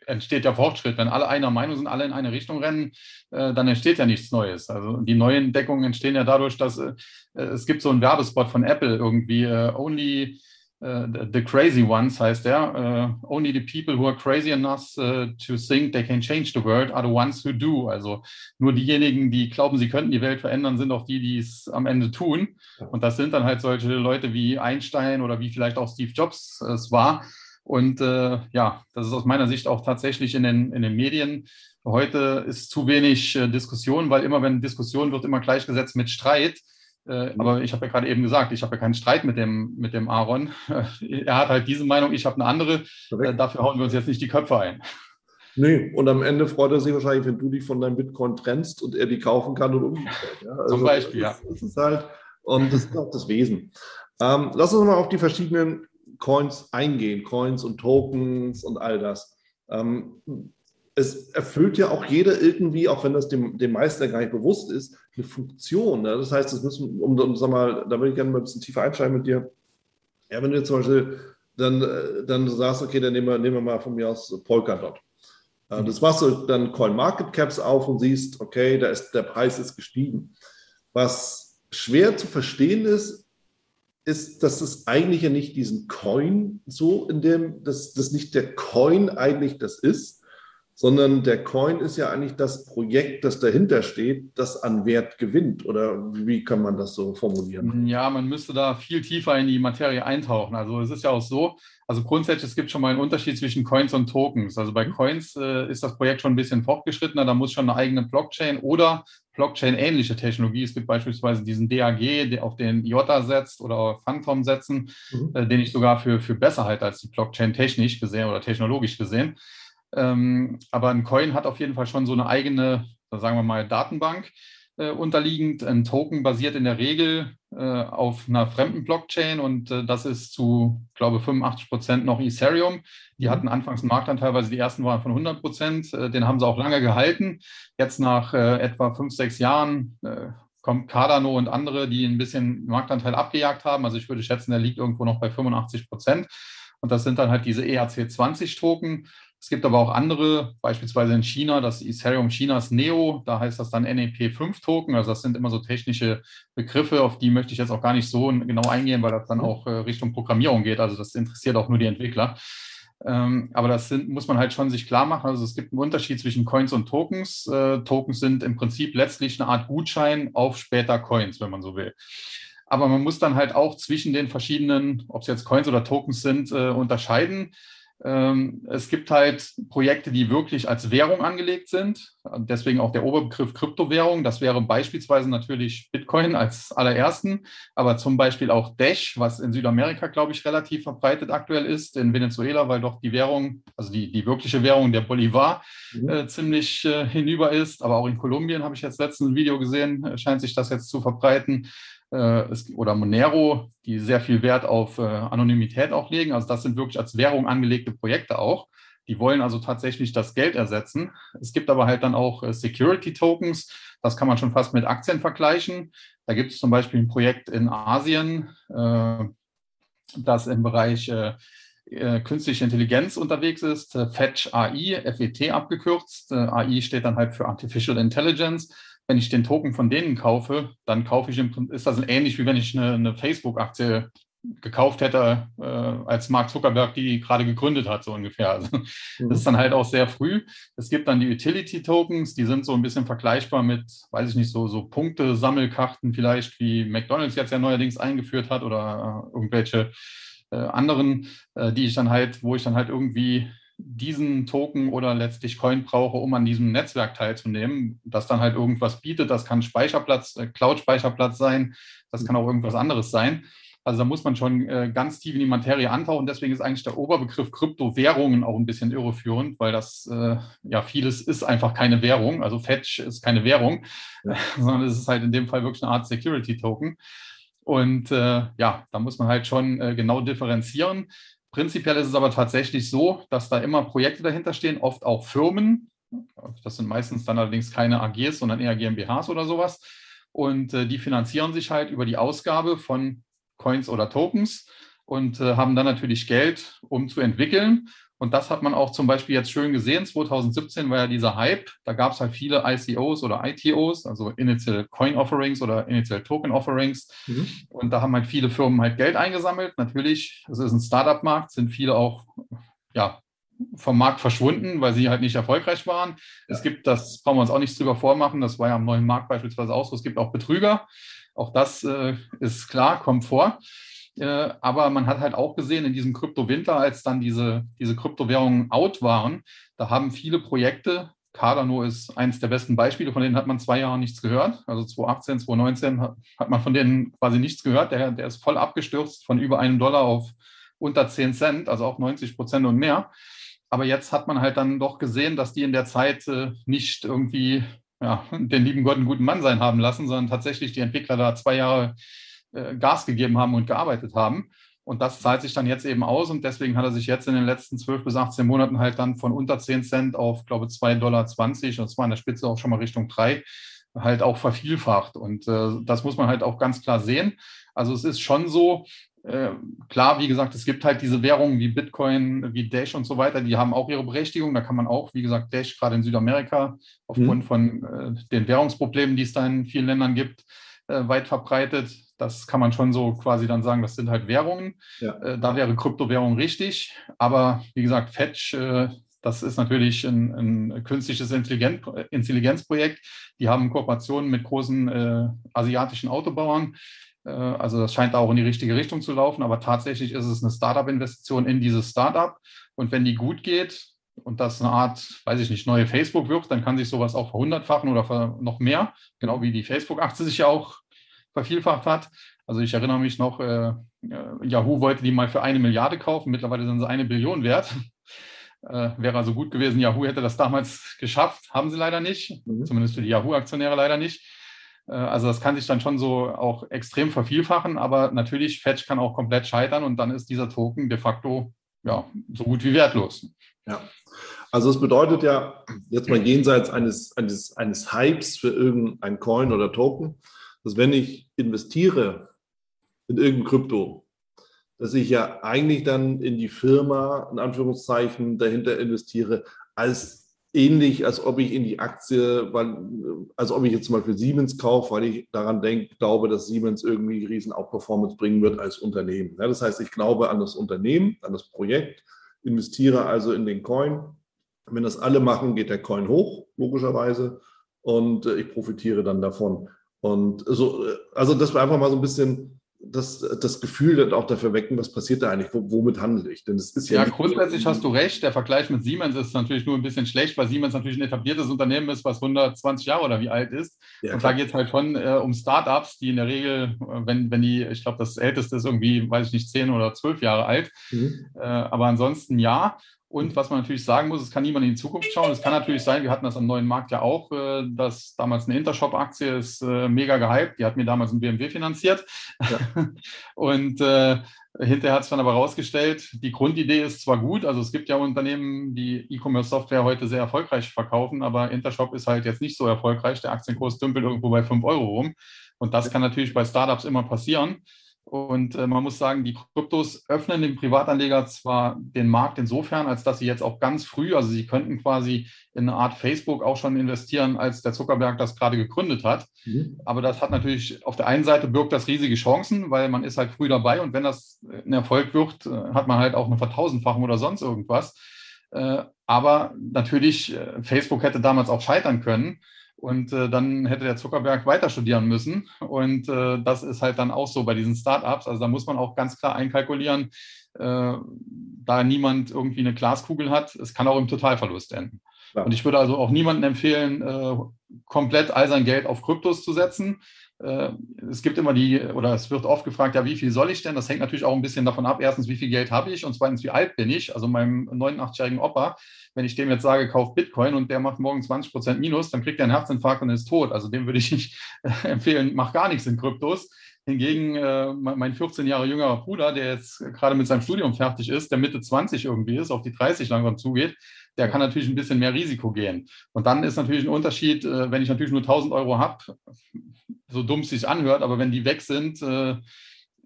entsteht ja Fortschritt. Wenn alle einer Meinung sind, alle in eine Richtung rennen, äh, dann entsteht ja nichts Neues. Also die neuen Entdeckungen entstehen ja dadurch, dass äh, es gibt so einen Werbespot von Apple irgendwie, äh, only uh, the crazy ones heißt der, uh, only the people who are crazy enough uh, to think they can change the world are the ones who do. Also nur diejenigen, die glauben, sie könnten die Welt verändern, sind auch die, die es am Ende tun. Und das sind dann halt solche Leute wie Einstein oder wie vielleicht auch Steve Jobs es war. Und äh, ja, das ist aus meiner Sicht auch tatsächlich in den, in den Medien. Heute ist zu wenig äh, Diskussion, weil immer, wenn Diskussion wird, immer gleichgesetzt mit Streit. Äh, mhm. Aber ich habe ja gerade eben gesagt, ich habe ja keinen Streit mit dem, mit dem Aaron. Er hat halt diese Meinung, ich habe eine andere. Äh, dafür hauen wir uns jetzt nicht die Köpfe ein. Nee, und am Ende freut er sich wahrscheinlich, wenn du dich von deinem Bitcoin trennst und er die kaufen kann und umgekehrt. Ja? Also Zum Beispiel, ja. Das ist halt, und das ist auch das Wesen. Ähm, lass uns mal auf die verschiedenen Coins eingehen, Coins und Tokens und all das. Ähm, es erfüllt ja auch jeder irgendwie, auch wenn das dem, dem meisten gar nicht bewusst ist, eine Funktion. Ne? Das heißt, das müssen, um, um sag mal, da würde ich gerne mal ein bisschen tiefer einsteigen mit dir. Ja, wenn du jetzt zum Beispiel dann, dann sagst, okay, dann nehmen wir, nehmen wir mal von mir aus Polkadot. Mhm. Das machst du dann CoinMarketCaps auf und siehst, okay, da ist, der Preis ist gestiegen. Was schwer zu verstehen ist, ist, dass es eigentlich ja nicht diesen Coin so in dem, dass das nicht der Coin eigentlich das ist, sondern der Coin ist ja eigentlich das Projekt, das dahinter steht, das an Wert gewinnt. Oder wie kann man das so formulieren? Ja, man müsste da viel tiefer in die Materie eintauchen. Also es ist ja auch so, also grundsätzlich, es gibt schon mal einen Unterschied zwischen Coins und Tokens. Also bei Coins äh, ist das Projekt schon ein bisschen fortgeschrittener, da muss schon eine eigene Blockchain oder Blockchain-ähnliche Technologie. Es gibt beispielsweise diesen D A G, auf den I O T A setzt oder Phantom setzen, mhm. äh, den ich sogar für, für besser halte als die Blockchain technisch gesehen oder technologisch gesehen. Ähm, aber ein Coin hat auf jeden Fall schon so eine eigene, sagen wir mal, Datenbank äh, unterliegend. Ein Token basiert in der Regel äh, auf einer fremden Blockchain und äh, das ist zu, glaube ich, fünfundachtzig Prozent noch Ethereum. Die mhm. hatten anfangs einen Marktanteil, weil sie die ersten waren von hundert Prozent. Äh, den haben sie auch lange gehalten. Jetzt nach äh, etwa fünf, sechs Jahren äh, kommt Cardano und andere, die ein bisschen Marktanteil abgejagt haben. Also ich würde schätzen, der liegt irgendwo noch bei fünfundachtzig Prozent. Und das sind dann halt diese E R C zwanzig Token. Es gibt aber auch andere, beispielsweise in China, das Ethereum Chinas Neo, da heißt das dann N E P fünf Token. Also das sind immer so technische Begriffe, auf die möchte ich jetzt auch gar nicht so genau eingehen, weil das dann auch Richtung Programmierung geht. Also das interessiert auch nur die Entwickler. Aber das sind, muss man halt schon sich klar machen. Also es gibt einen Unterschied zwischen Coins und Tokens. Tokens sind im Prinzip letztlich eine Art Gutschein auf später Coins, wenn man so will. Aber man muss dann halt auch zwischen den verschiedenen, ob es jetzt Coins oder Tokens sind, äh, unterscheiden. Ähm, es gibt halt Projekte, die wirklich als Währung angelegt sind. Deswegen auch der Oberbegriff Kryptowährung. Das wäre beispielsweise natürlich Bitcoin als allerersten, aber zum Beispiel auch Dash, was in Südamerika, glaube ich, relativ verbreitet aktuell ist, in Venezuela, weil doch die Währung, also die, die wirkliche Währung, der Bolivar, mhm. äh, ziemlich äh, hinüber ist. Aber auch in Kolumbien habe ich jetzt letztens ein Video gesehen, scheint sich das jetzt zu verbreiten. Oder Monero, die sehr viel Wert auf äh, Anonymität auch legen. Also das sind wirklich als Währung angelegte Projekte auch. Die wollen also tatsächlich das Geld ersetzen. Es gibt aber halt dann auch äh, Security-Tokens. Das kann man schon fast mit Aktien vergleichen. Da gibt es zum Beispiel ein Projekt in Asien, äh, das im Bereich äh, äh, künstliche Intelligenz unterwegs ist. Äh, Fetch A I, F E T abgekürzt. Äh, A I steht dann halt für Artificial Intelligence. Wenn ich den Token von denen kaufe, dann kaufe ich, im, ist das ähnlich wie wenn ich eine, eine Facebook-Aktie gekauft hätte, äh, als Mark Zuckerberg die gerade gegründet hat, so ungefähr. Also, mhm. Das ist dann halt auch sehr früh. Es gibt dann die Utility-Tokens, die sind so ein bisschen vergleichbar mit, weiß ich nicht, so, so Punkte-Sammelkarten vielleicht, wie McDonald's jetzt ja neuerdings eingeführt hat oder äh, irgendwelche äh, anderen, äh, die ich dann halt, wo ich dann halt irgendwie diesen Token oder letztlich Coin brauche, um an diesem Netzwerk teilzunehmen, das dann halt irgendwas bietet. Das kann Speicherplatz, äh, Cloud-Speicherplatz sein, das kann auch irgendwas anderes sein. Also da muss man schon äh, ganz tief in die Materie antauchen. Deswegen ist eigentlich der Oberbegriff Kryptowährungen auch ein bisschen irreführend, weil das, äh, ja, vieles ist einfach keine Währung. Also Fetch ist keine Währung, ja. sondern es ist halt in dem Fall wirklich eine Art Security-Token. Und äh, ja, da muss man halt schon äh, genau differenzieren. Prinzipiell ist es aber tatsächlich so, dass da immer Projekte dahinter stehen, oft auch Firmen. Das sind meistens dann allerdings keine A Gs, sondern eher GmbHs oder sowas. Und äh, die finanzieren sich halt über die Ausgabe von Coins oder Tokens und äh, haben dann natürlich Geld, um zu entwickeln. Und das hat man auch zum Beispiel jetzt schön gesehen. zwanzig siebzehn war ja dieser Hype. Da gab es halt viele I C Os oder I T Os, also Initial Coin Offerings oder Initial Token Offerings. Mhm. Und da haben halt viele Firmen halt Geld eingesammelt. Natürlich, es ist ein Startup-Markt, sind viele auch ja, vom Markt verschwunden, weil sie halt nicht erfolgreich waren. Ja. Es gibt, das brauchen wir uns auch nicht drüber vormachen, das war ja am neuen Markt beispielsweise auch so, es gibt auch Betrüger. Auch das äh, ist klar, kommt vor. Äh, aber man hat halt auch gesehen, in diesem Krypto-Winter, als dann diese, diese Kryptowährungen out waren, da haben viele Projekte, Cardano ist eines der besten Beispiele, von denen hat man zwei Jahre nichts gehört. Also zwanzig achtzehn, zwanzig neunzehn hat, hat man von denen quasi nichts gehört. Der, der ist voll abgestürzt von über einem Dollar auf unter zehn Cent, also auch neunzig Prozent und mehr. Aber jetzt hat man halt dann doch gesehen, dass die in der Zeit äh, nicht irgendwie ja, den lieben Gott einen guten Mann sein haben lassen, sondern tatsächlich die Entwickler da zwei Jahre äh, Gas gegeben haben und gearbeitet haben. Und das zahlt sich dann jetzt eben aus. Und deswegen hat er sich jetzt in den letzten zwölf bis achtzehn Monaten halt dann von unter zehn Cent auf, glaube ich, zwei Komma zwanzig Dollar, und zwar an der Spitze auch schon mal Richtung drei, halt auch vervielfacht. Und äh, das muss man halt auch ganz klar sehen. Also es ist schon so, äh, klar, wie gesagt, es gibt halt diese Währungen wie Bitcoin, wie Dash und so weiter, die haben auch ihre Berechtigung. Da kann man auch, wie gesagt, Dash gerade in Südamerika aufgrund mhm. von äh, den Währungsproblemen, die es da in vielen Ländern gibt, äh, weit verbreitet. Das kann man schon so quasi dann sagen, das sind halt Währungen. Ja. Äh, da wäre Kryptowährung richtig. Aber wie gesagt, Fetch, äh, das ist natürlich ein, ein künstliches Intelligenz, Intelligenzprojekt. Die haben Kooperationen mit großen äh, asiatischen Autobauern. Äh, also das scheint auch in die richtige Richtung zu laufen. Aber tatsächlich ist es eine Startup-Investition in dieses Startup. Und wenn die gut geht und das eine Art, weiß ich nicht, neue Facebook wird, dann kann sich sowas auch verhundertfachen oder noch mehr. Genau wie die Facebook-Aktie sich ja auch vervielfacht hat. Also ich erinnere mich noch, äh, Yahoo wollte die mal für eine Milliarde kaufen, mittlerweile sind sie eine Billion wert. Äh, wäre also gut gewesen, Yahoo hätte das damals geschafft, haben sie leider nicht, mhm. zumindest für die Yahoo-Aktionäre leider nicht. Äh, also das kann sich dann schon so auch extrem vervielfachen, aber natürlich, Fetch kann auch komplett scheitern und dann ist dieser Token de facto ja, so gut wie wertlos. Ja, also es bedeutet ja, jetzt mal jenseits eines, eines, eines Hypes für irgendein Coin oder Token, dass wenn ich investiere in irgendein Krypto, dass ich ja eigentlich dann in die Firma, in Anführungszeichen, dahinter investiere, als ähnlich, als ob ich in die Aktie, weil, als ob ich jetzt zum Beispiel Siemens kaufe, weil ich daran denke, glaube, dass Siemens irgendwie riesen Outperformance bringen wird als Unternehmen. Ja, das heißt, ich glaube an das Unternehmen, an das Projekt, investiere also in den Coin. Wenn das alle machen, geht der Coin hoch, logischerweise, und ich profitiere dann davon. Und so, also das war einfach mal so ein bisschen das, das Gefühl dann auch dafür wecken, was passiert da eigentlich, womit handle ich? Denn es ist ja, ja grundsätzlich hast du recht, der Vergleich mit Siemens ist natürlich nur ein bisschen schlecht, weil Siemens natürlich ein etabliertes Unternehmen ist, was hundertzwanzig Jahre oder wie alt ist. Ja, und klar. Da geht es halt schon äh, um Startups, die in der Regel, wenn, wenn die, ich glaube, das älteste ist irgendwie, weiß ich nicht, zehn oder zwölf Jahre alt. Mhm. Äh, aber ansonsten ja. Und was man natürlich sagen muss, es kann niemand in die Zukunft schauen. Es kann natürlich sein, wir hatten das am neuen Markt ja auch, dass damals eine Intershop-Aktie ist mega gehypt. Die hat mir damals ein B M W finanziert. Ja. Und äh, hinterher hat es dann aber rausgestellt, die Grundidee ist zwar gut, also es gibt ja Unternehmen, die E-Commerce-Software heute sehr erfolgreich verkaufen, aber Intershop ist halt jetzt nicht so erfolgreich. Der Aktienkurs dümpelt irgendwo bei fünf Euro rum. Und das kann natürlich bei Startups immer passieren. Und äh, man muss sagen, die Kryptos öffnen dem Privatanleger zwar den Markt insofern, als dass sie jetzt auch ganz früh, also sie könnten quasi in eine Art Facebook auch schon investieren, als der Zuckerberg das gerade gegründet hat. Mhm. Aber das hat natürlich, auf der einen Seite birgt das riesige Chancen, weil man ist halt früh dabei und wenn das ein Erfolg wird, hat man halt auch eine Vertausendfachung oder sonst irgendwas. Äh, aber natürlich, äh, Facebook hätte damals auch scheitern können. Und äh, dann hätte der Zuckerberg weiter studieren müssen. Und äh, das ist halt dann auch so bei diesen Startups. Also da muss man auch ganz klar einkalkulieren, äh, da niemand irgendwie eine Glaskugel hat. Es kann auch im Totalverlust enden. Ja. Und ich würde also auch niemandem empfehlen, äh, komplett all sein Geld auf Kryptos zu setzen. Äh, es gibt immer die, oder es wird oft gefragt, ja, wie viel soll ich denn? Das hängt natürlich auch ein bisschen davon ab, erstens, wie viel Geld habe ich und zweitens, wie alt bin ich? Also meinem neunundachtzig-jährigen Opa, wenn ich dem jetzt sage, kauf Bitcoin und der macht morgen zwanzig Prozent Minus, dann kriegt er einen Herzinfarkt und ist tot. Also dem würde ich nicht äh, empfehlen, mach gar nichts in Kryptos. Hingegen äh, mein vierzehn Jahre jüngerer Bruder, der jetzt gerade mit seinem Studium fertig ist, der Mitte zwanzig irgendwie ist, auf die dreißig langsam zugeht, der kann natürlich ein bisschen mehr Risiko gehen. Und dann ist natürlich ein Unterschied, äh, wenn ich natürlich nur tausend Euro habe, so dumm es sich anhört, aber wenn die weg sind, äh,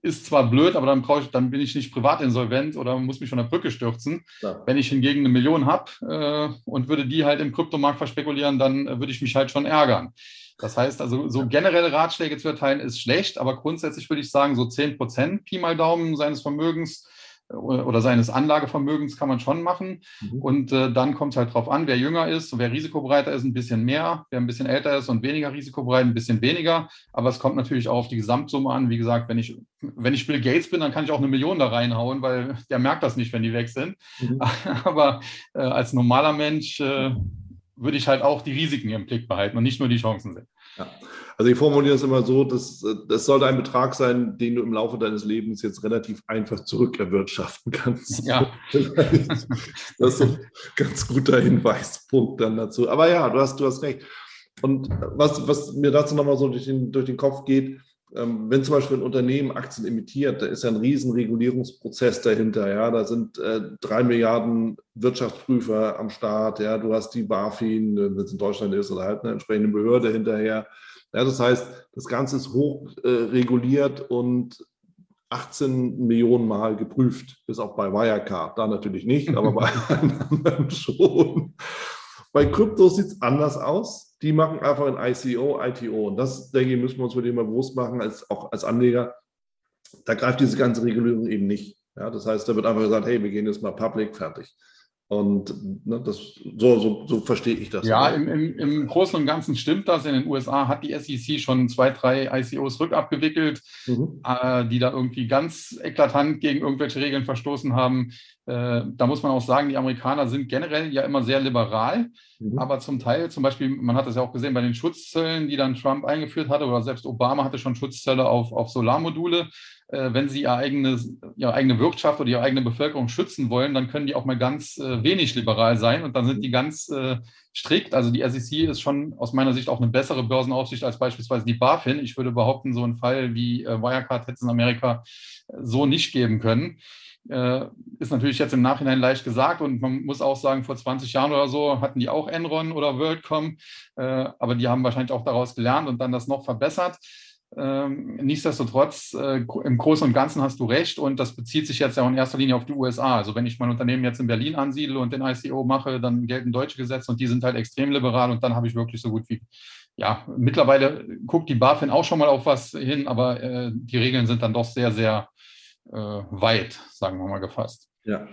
ist zwar blöd, aber dann brauche ich, dann bin ich nicht privat insolvent oder muss mich von der Brücke stürzen. Ja. Wenn ich hingegen eine Million habe äh, und würde die halt im Kryptomarkt verspekulieren, dann äh, würde ich mich halt schon ärgern. Das heißt also, so generelle Ratschläge zu erteilen ist schlecht, aber grundsätzlich würde ich sagen, so zehn Prozent Pi mal Daumen seines Vermögens oder seines Anlagevermögens kann man schon machen. Mhm. Und äh, dann kommt es halt drauf an, wer jünger ist und wer risikobereiter ist, ein bisschen mehr, wer ein bisschen älter ist und weniger risikobereit, ein bisschen weniger. Aber es kommt natürlich auch auf die Gesamtsumme an. Wie gesagt, wenn ich, wenn ich Bill Gates bin, dann kann ich auch eine Million da reinhauen, weil der merkt das nicht, wenn die weg sind. Mhm. Aber äh, als normaler Mensch äh, würde ich halt auch die Risiken im Blick behalten und nicht nur die Chancen sehen. Ja. Also ich formuliere es immer so, dass das sollte ein Betrag sein, den du im Laufe deines Lebens jetzt relativ einfach zurückerwirtschaften kannst. Ja. Das ist so ein ganz guter Hinweispunkt dann dazu. Aber ja, du hast, du hast recht. Und was, was mir dazu nochmal so durch den, durch den Kopf geht, ähm, wenn zum Beispiel ein Unternehmen Aktien emittiert, da ist ja ein riesen Regulierungsprozess dahinter. Ja? Da sind äh, drei Milliarden Wirtschaftsprüfer am Start. Ja? Du hast die BaFin, wenn es in Deutschland ist, oder halt eine entsprechende Behörde hinterher. Ja, das heißt, das Ganze ist hoch äh, reguliert und achtzehn Millionen Mal geprüft, bis auch bei Wirecard. Da natürlich nicht, aber bei anderen schon. Bei Kryptos sieht es anders aus. Die machen einfach ein I C O, I T O. Und das, denke ich, müssen wir uns mit dem mal bewusst machen, als, auch als Anleger. Da greift diese ganze Regulierung eben nicht. Ja, das heißt, da wird einfach gesagt, hey, wir gehen jetzt mal public, fertig. Und ne, das, so, so, so verstehe ich das. Ja, im, im, im Großen und Ganzen stimmt das. In den U S A hat die S E C schon zwei, drei I C Os rückabgewickelt, mhm. äh, die da irgendwie ganz eklatant gegen irgendwelche Regeln verstoßen haben. Äh, da muss man auch sagen, die Amerikaner sind generell ja immer sehr liberal, mhm. aber zum Teil, zum Beispiel, man hat das ja auch gesehen bei den Schutzzöllen, die dann Trump eingeführt hatte, oder selbst Obama hatte schon Schutzzölle auf, auf Solarmodule. Äh, wenn sie ihre eigene, ihre eigene Wirtschaft oder ihre eigene Bevölkerung schützen wollen, dann können die auch mal ganz äh, wenig liberal sein und dann sind die ganz äh, strikt. Also die S E C ist schon aus meiner Sicht auch eine bessere Börsenaufsicht als beispielsweise die BaFin. Ich würde behaupten, so einen Fall wie äh, Wirecard hätte es in Amerika so nicht geben können. Äh, ist natürlich jetzt im Nachhinein leicht gesagt und man muss auch sagen, vor zwanzig Jahren oder so hatten die auch Enron oder WorldCom, äh, aber die haben wahrscheinlich auch daraus gelernt und dann das noch verbessert. Ähm, nichtsdestotrotz, äh, im Großen und Ganzen hast du recht und das bezieht sich jetzt ja in erster Linie auf die U S A. Also wenn ich mein Unternehmen jetzt in Berlin ansiedle und den I C O mache, dann gelten deutsche Gesetze und die sind halt extrem liberal und dann habe ich wirklich so gut wie, ja, mittlerweile guckt die BaFin auch schon mal auf was hin, aber äh, die Regeln sind dann doch sehr, sehr äh, weit, sagen wir mal gefasst. Ja,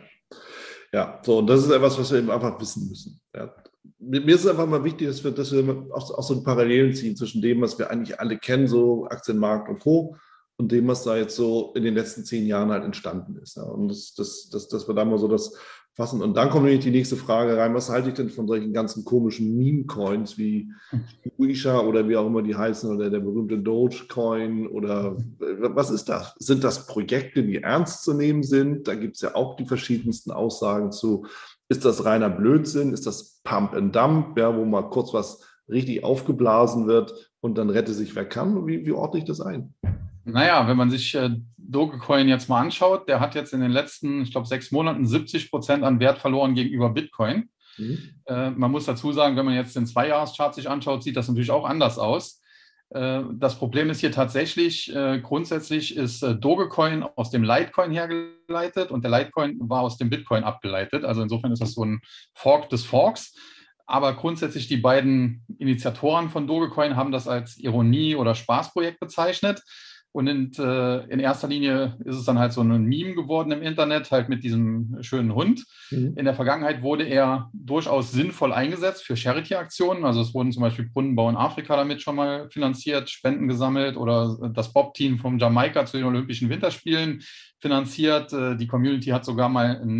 ja, so und das ist etwas, was wir eben einfach wissen müssen. Ja. Mir ist es einfach mal wichtig, dass wir, dass wir auch, auch so Parallelen ziehen zwischen dem, was wir eigentlich alle kennen, so Aktienmarkt und Co., und dem, was da jetzt so in den letzten zehn Jahren halt entstanden ist. Ja. Und das, das, das, dass wir da mal so das fassen. Und dann kommt nämlich die nächste Frage rein, was halte ich denn von solchen ganzen komischen Meme-Coins wie Uisha oder wie auch immer die heißen oder der berühmte Dogecoin oder was ist das? Sind das Projekte, die ernst zu nehmen sind? Da gibt es ja auch die verschiedensten Aussagen zu. Ist das reiner Blödsinn? Ist das Pump and Dump, ja, wo mal kurz was richtig aufgeblasen wird und dann rette sich wer kann? Wie, wie ordne ich das ein? Naja, wenn man sich äh, Dogecoin jetzt mal anschaut, der hat jetzt in den letzten, ich glaube, sechs Monaten siebzig Prozent an Wert verloren gegenüber Bitcoin. Mhm. Äh, man muss dazu sagen, wenn man jetzt den Zweijahreschart sich anschaut, sieht das natürlich auch anders aus. Äh, das Problem ist hier tatsächlich, äh, grundsätzlich ist äh, Dogecoin aus dem Litecoin hergeleitet und der Litecoin war aus dem Bitcoin abgeleitet. Also insofern ist das so ein Fork des Forks. Aber grundsätzlich die beiden Initiatoren von Dogecoin haben das als Ironie- oder Spaßprojekt bezeichnet. Und in, äh, in erster Linie ist es dann halt so ein Meme geworden im Internet, halt mit diesem schönen Hund. Mhm. In der Vergangenheit wurde er durchaus sinnvoll eingesetzt für Charity-Aktionen. Also es wurden zum Beispiel Brunnenbau in Afrika damit schon mal finanziert, Spenden gesammelt oder das Bob-Team vom Jamaika zu den Olympischen Winterspielen finanziert. Die Community hat sogar mal ein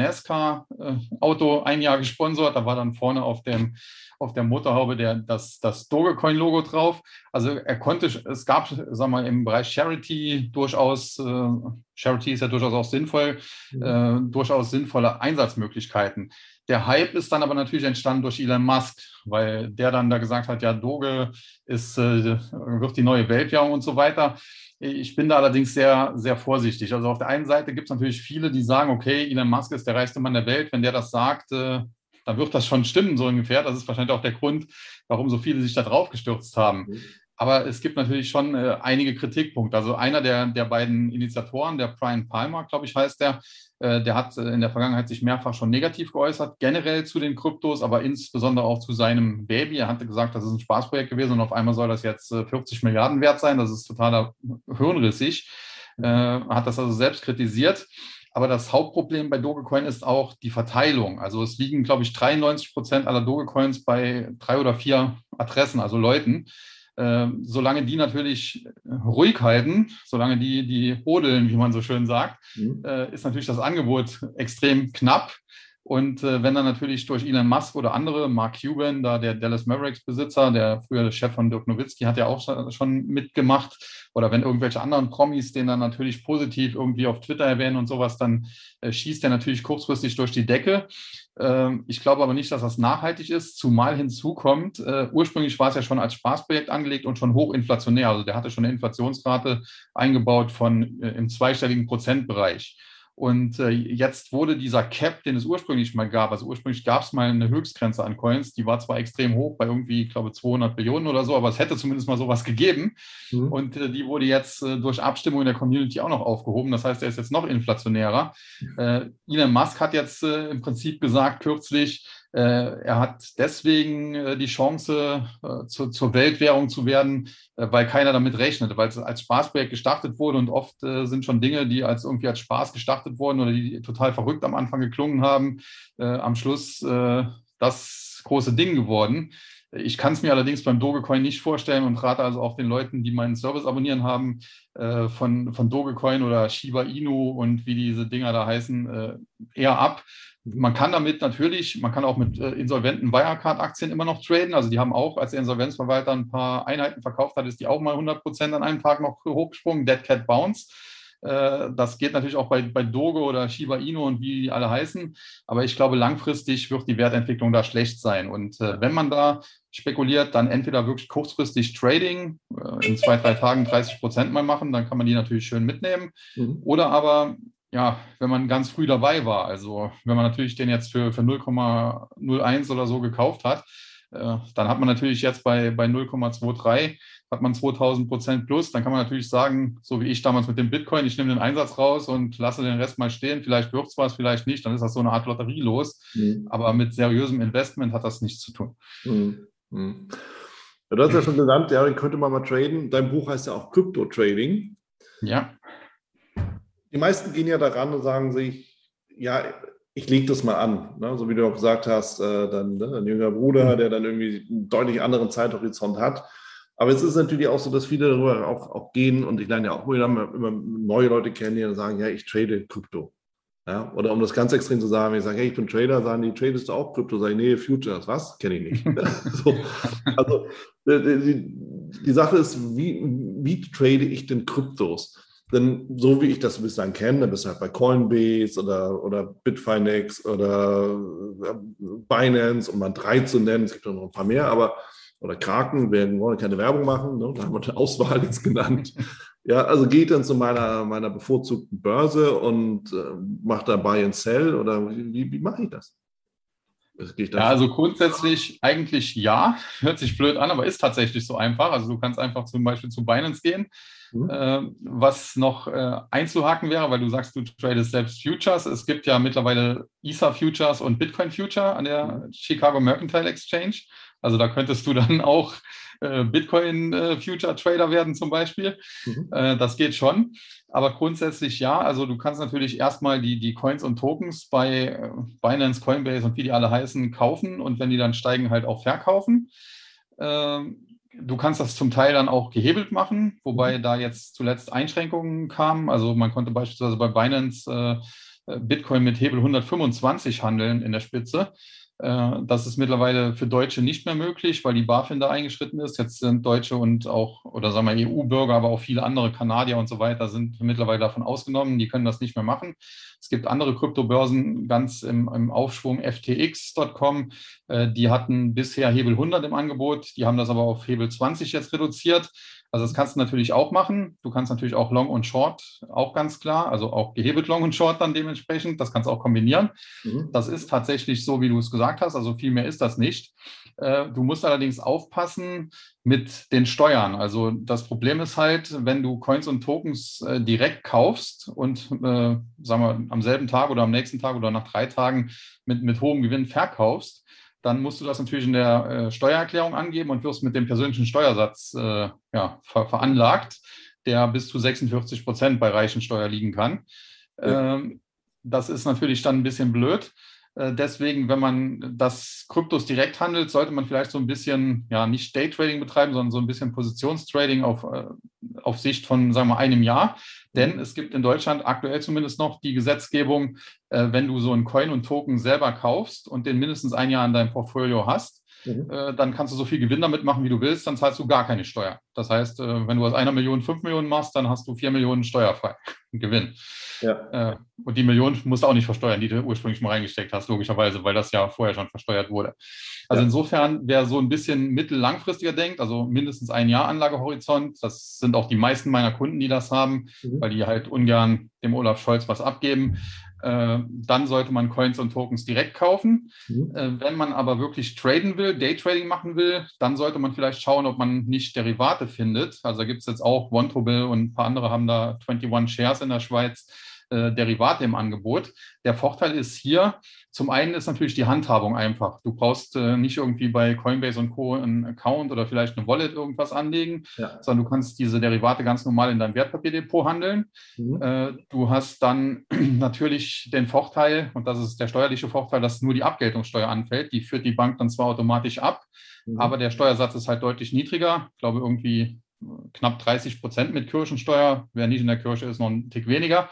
NASCAR-Auto ein Jahr gesponsert. Da war dann vorne auf dem auf der Motorhaube der, das, das Dogecoin-Logo drauf. Also er konnte, es gab, sagen wir mal, im Bereich Charity durchaus, äh, Charity ist ja durchaus auch sinnvoll, mhm. äh, durchaus sinnvolle Einsatzmöglichkeiten. Der Hype ist dann aber natürlich entstanden durch Elon Musk, weil der dann da gesagt hat, ja, Doge ist, äh, wird die neue Weltwährung und so weiter. Ich bin da allerdings sehr, sehr vorsichtig. Also auf der einen Seite gibt es natürlich viele, die sagen, okay, Elon Musk ist der reichste Mann der Welt. Wenn der das sagt, äh, dann wird das schon stimmen, so ungefähr. Das ist wahrscheinlich auch der Grund, warum so viele sich da drauf gestürzt haben. Mhm. Aber es gibt natürlich schon äh, einige Kritikpunkte. Also einer der, der beiden Initiatoren, der Brian Palmer, glaube ich, heißt der, äh, der hat äh, in der Vergangenheit sich mehrfach schon negativ geäußert, generell zu den Kryptos, aber insbesondere auch zu seinem Baby. Er hatte gesagt, das ist ein Spaßprojekt gewesen und auf einmal soll das jetzt äh, vierzig Milliarden wert sein. Das ist totaler hirnrissig. Äh, hat das also selbst kritisiert. Aber das Hauptproblem bei Dogecoin ist auch die Verteilung. Also es liegen, glaube ich, dreiundneunzig Prozent aller Dogecoins bei drei oder vier Adressen, also Leuten. Äh, solange die natürlich ruhig halten, solange die, die hodeln, wie man so schön sagt, mhm. äh, ist natürlich das Angebot extrem knapp. Und äh, wenn dann natürlich durch Elon Musk oder andere, Mark Cuban, da der Dallas Mavericks-Besitzer, der frühere Chef von Dirk Nowitzki, hat ja auch schon mitgemacht, oder wenn irgendwelche anderen Promis den dann natürlich positiv irgendwie auf Twitter erwähnen und sowas, dann äh, schießt der natürlich kurzfristig durch die Decke. Äh, ich glaube aber nicht, dass das nachhaltig ist, zumal hinzukommt, äh, ursprünglich war es ja schon als Spaßprojekt angelegt und schon hochinflationär, also der hatte schon eine Inflationsrate eingebaut von äh, im zweistelligen Prozentbereich. Und äh, jetzt wurde dieser Cap, den es ursprünglich mal gab, also ursprünglich gab es mal eine Höchstgrenze an Coins, die war zwar extrem hoch, bei irgendwie, ich glaube, zweihundert Billionen oder so, aber es hätte zumindest mal sowas gegeben. Mhm. Und äh, die wurde jetzt äh, durch Abstimmung in der Community auch noch aufgehoben. Das heißt, er ist jetzt noch inflationärer. Äh, Elon Musk hat jetzt äh, im Prinzip gesagt kürzlich, er hat deswegen die Chance, zu, zur Weltwährung zu werden, weil keiner damit rechnete, weil es als Spaßprojekt gestartet wurde und oft sind schon Dinge, die als irgendwie als Spaß gestartet wurden oder die total verrückt am Anfang geklungen haben, am Schluss das große Ding geworden. Ich kann es mir allerdings beim Dogecoin nicht vorstellen und rate also auch den Leuten, die meinen Service abonnieren haben, von, von Dogecoin oder Shiba Inu und wie diese Dinger da heißen, eher ab. Man kann damit natürlich, man kann auch mit äh, insolventen Wirecard-Aktien immer noch traden. Also die haben auch, als der Insolvenzverwalter ein paar Einheiten verkauft hat, ist die auch mal hundert Prozent an einem Tag noch hochgesprungen. Dead Cat Bounce. Äh, das geht natürlich auch bei, bei Doge oder Shiba Inu und wie die alle heißen. Aber ich glaube, langfristig wird die Wertentwicklung da schlecht sein. Und äh, wenn man da spekuliert, dann entweder wirklich kurzfristig Trading, äh, in zwei, drei Tagen dreißig Prozent mal machen, dann kann man die natürlich schön mitnehmen. Mhm. Oder aber ja, wenn man ganz früh dabei war, also wenn man natürlich den jetzt für, für null Komma null eins oder so gekauft hat, äh, dann hat man natürlich jetzt bei, bei null Komma dreiundzwanzig hat man zweitausend Prozent plus, dann kann man natürlich sagen, so wie ich damals mit dem Bitcoin, ich nehme den Einsatz raus und lasse den Rest mal stehen, vielleicht wird es was, vielleicht nicht, dann ist das so eine Art Lotterie los, mhm. aber mit seriösem Investment hat das nichts zu tun. Mhm. Mhm. Ja, du hast ja schon genannt, ja, den könnte man mal traden. Dein Buch heißt ja auch Crypto-Trading. Ja. Die meisten gehen ja daran und sagen sich, ja, ich lege das mal an. Ne? So wie du auch gesagt hast, äh, dann ne? ein jüngerer Bruder, der dann irgendwie einen deutlich anderen Zeithorizont hat. Aber es ist natürlich auch so, dass viele darüber auch, auch gehen und ich lerne ja auch immer, immer neue Leute kennen, die dann sagen, ja, ich trade Krypto. Ja? Oder um das ganz extrem zu sagen, wenn ich sage, hey, ich bin Trader, sagen die, tradest du auch Krypto? Sag ich, nee, Futures, was? Kenne ich nicht. so. Also die, die Sache ist, wie, wie trade ich denn Kryptos? Denn so wie ich das bislang kenne, dann bist du halt bei Coinbase oder, oder Bitfinex oder Binance, um mal drei zu nennen, es gibt noch ein paar mehr, aber oder Kraken, wir wollen keine Werbung machen, ne? Da haben wir die Auswahl jetzt genannt. Ja, also geht dann zu meiner, meiner bevorzugten Börse und äh, mache da Buy and Sell oder wie, wie mache ich das? Ja, also grundsätzlich eigentlich ja, hört sich blöd an, aber ist tatsächlich so einfach. Also du kannst einfach zum Beispiel zu Binance gehen, mhm. äh, was noch äh, einzuhaken wäre, weil du sagst, du tradest selbst Futures. Es gibt ja mittlerweile Ether Futures und Bitcoin Future an der mhm. Chicago Mercantile Exchange. Also da könntest du dann auch äh, Bitcoin äh, Future Trader werden zum Beispiel. Mhm. Äh, das geht schon. Aber grundsätzlich ja, also du kannst natürlich erstmal die, die Coins und Tokens bei äh, Binance, Coinbase und wie die alle heißen, kaufen und wenn die dann steigen, halt auch verkaufen. Ähm, du kannst das zum Teil dann auch gehebelt machen, wobei da jetzt zuletzt Einschränkungen kamen. Also man konnte beispielsweise bei Binance äh, Bitcoin mit Hebel hundertfünfundzwanzig handeln in der Spitze. Das ist mittlerweile für Deutsche nicht mehr möglich, weil die BaFin da eingeschritten ist. Jetzt sind Deutsche und auch, oder sagen wir E U-Bürger, aber auch viele andere Kanadier und so weiter sind mittlerweile davon ausgenommen. Die können das nicht mehr machen. Es gibt andere Kryptobörsen ganz im, im Aufschwung, F T X Punkt com. Die hatten bisher Hebel hundert im Angebot. Die haben das aber auf Hebel zwanzig jetzt reduziert. Also das kannst du natürlich auch machen. Du kannst natürlich auch Long und Short, auch ganz klar, also auch gehebelt Long und Short dann dementsprechend. Das kannst du auch kombinieren. Mhm. Das ist tatsächlich so, wie du es gesagt hast. Also viel mehr ist das nicht. Du musst allerdings aufpassen mit den Steuern. Also das Problem ist halt, wenn du Coins und Tokens äh, direkt kaufst und äh, sagen wir am selben Tag oder am nächsten Tag oder nach drei Tagen mit, mit hohem Gewinn verkaufst, dann musst du das natürlich in der äh, Steuererklärung angeben und wirst mit dem persönlichen Steuersatz äh, ja, ver veranlagt, der bis zu sechsundvierzig Prozent bei Reichensteuer liegen kann. Ja. Ähm, das ist natürlich dann ein bisschen blöd. Deswegen, wenn man das Kryptos direkt handelt, sollte man vielleicht so ein bisschen, ja, nicht Daytrading betreiben, sondern so ein bisschen Positionstrading auf, auf Sicht von, sagen wir, einem Jahr. Denn es gibt in Deutschland aktuell zumindest noch die Gesetzgebung, wenn du so einen Coin und Token selber kaufst und den mindestens ein Jahr in deinem Portfolio hast, mhm. dann kannst du so viel Gewinn damit machen, wie du willst, dann zahlst du gar keine Steuer. Das heißt, wenn du aus einer Million fünf Millionen machst, dann hast du vier Millionen steuerfrei Gewinn. Ja. Und die Million musst du auch nicht versteuern, die du ursprünglich mal reingesteckt hast, logischerweise, weil das ja vorher schon versteuert wurde. Also ja. Insofern, wer so ein bisschen mittel-langfristiger denkt, also mindestens ein Jahr Anlagehorizont, das sind auch die meisten meiner Kunden, die das haben, mhm. weil die halt ungern dem Olaf Scholz was abgeben, äh, dann sollte man Coins und Tokens direkt kaufen. Mhm. Äh, wenn man aber wirklich traden will, Daytrading machen will, dann sollte man vielleicht schauen, ob man nicht Derivate findet. Also da gibt es jetzt auch Vontobel und ein paar andere haben da einundzwanzig Shares in der Schweiz, Derivate im Angebot. Der Vorteil ist hier, zum einen ist natürlich die Handhabung einfach. Du brauchst äh, nicht irgendwie bei Coinbase und Co. einen Account oder vielleicht eine Wallet irgendwas anlegen, ja. sondern du kannst diese Derivate ganz normal in deinem Wertpapierdepot handeln. Mhm. Äh, du hast dann natürlich den Vorteil, und das ist der steuerliche Vorteil, dass nur die Abgeltungssteuer anfällt. Die führt die Bank dann zwar automatisch ab, mhm. aber der Steuersatz ist halt deutlich niedriger. Ich glaube irgendwie knapp dreißig Prozent mit Kirchensteuer. Wer nicht in der Kirche ist, noch ein Tick weniger.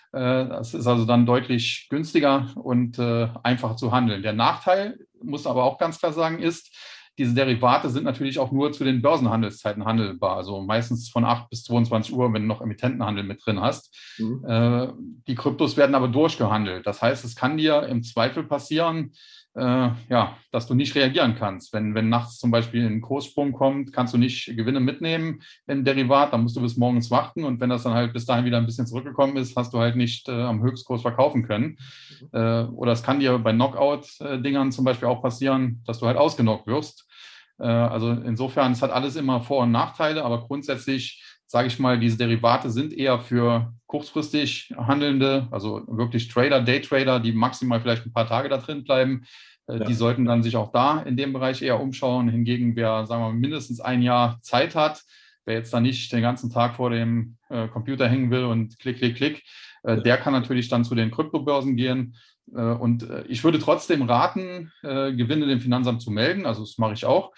Das ist also dann deutlich günstiger und äh, einfacher zu handeln. Der Nachteil, muss aber auch ganz klar sagen, ist, diese Derivate sind natürlich auch nur zu den Börsenhandelszeiten handelbar. Also meistens von acht bis zweiundzwanzig Uhr, wenn du noch Emittentenhandel mit drin hast. Mhm. Äh, die Kryptos werden aber durchgehandelt. Das heißt, es kann dir im Zweifel passieren, äh, ja, dass du nicht reagieren kannst. Wenn, wenn nachts zum Beispiel ein Kurssprung kommt, kannst du nicht Gewinne mitnehmen im Derivat, dann musst du bis morgens warten. Und wenn das dann halt bis dahin wieder ein bisschen zurückgekommen ist, hast du halt nicht äh, am Höchstkurs verkaufen können. Mhm. Äh, oder es kann dir bei Knockout-Dingern zum Beispiel auch passieren, dass du halt ausgenockt wirst. Also insofern, es hat alles immer Vor- und Nachteile, aber grundsätzlich, sage ich mal, diese Derivate sind eher für kurzfristig Handelnde, also wirklich Trader, Daytrader, die maximal vielleicht ein paar Tage da drin bleiben. Ja. Die sollten dann sich auch da in dem Bereich eher umschauen. Hingegen, wer, sagen wir mal, mindestens ein Jahr Zeit hat, wer jetzt da nicht den ganzen Tag vor dem äh, Computer hängen will und klick, klick, klick, äh, ja. der kann natürlich dann zu den Kryptobörsen gehen. Und ich würde trotzdem raten, Gewinne dem Finanzamt zu melden. Also das mache ich auch.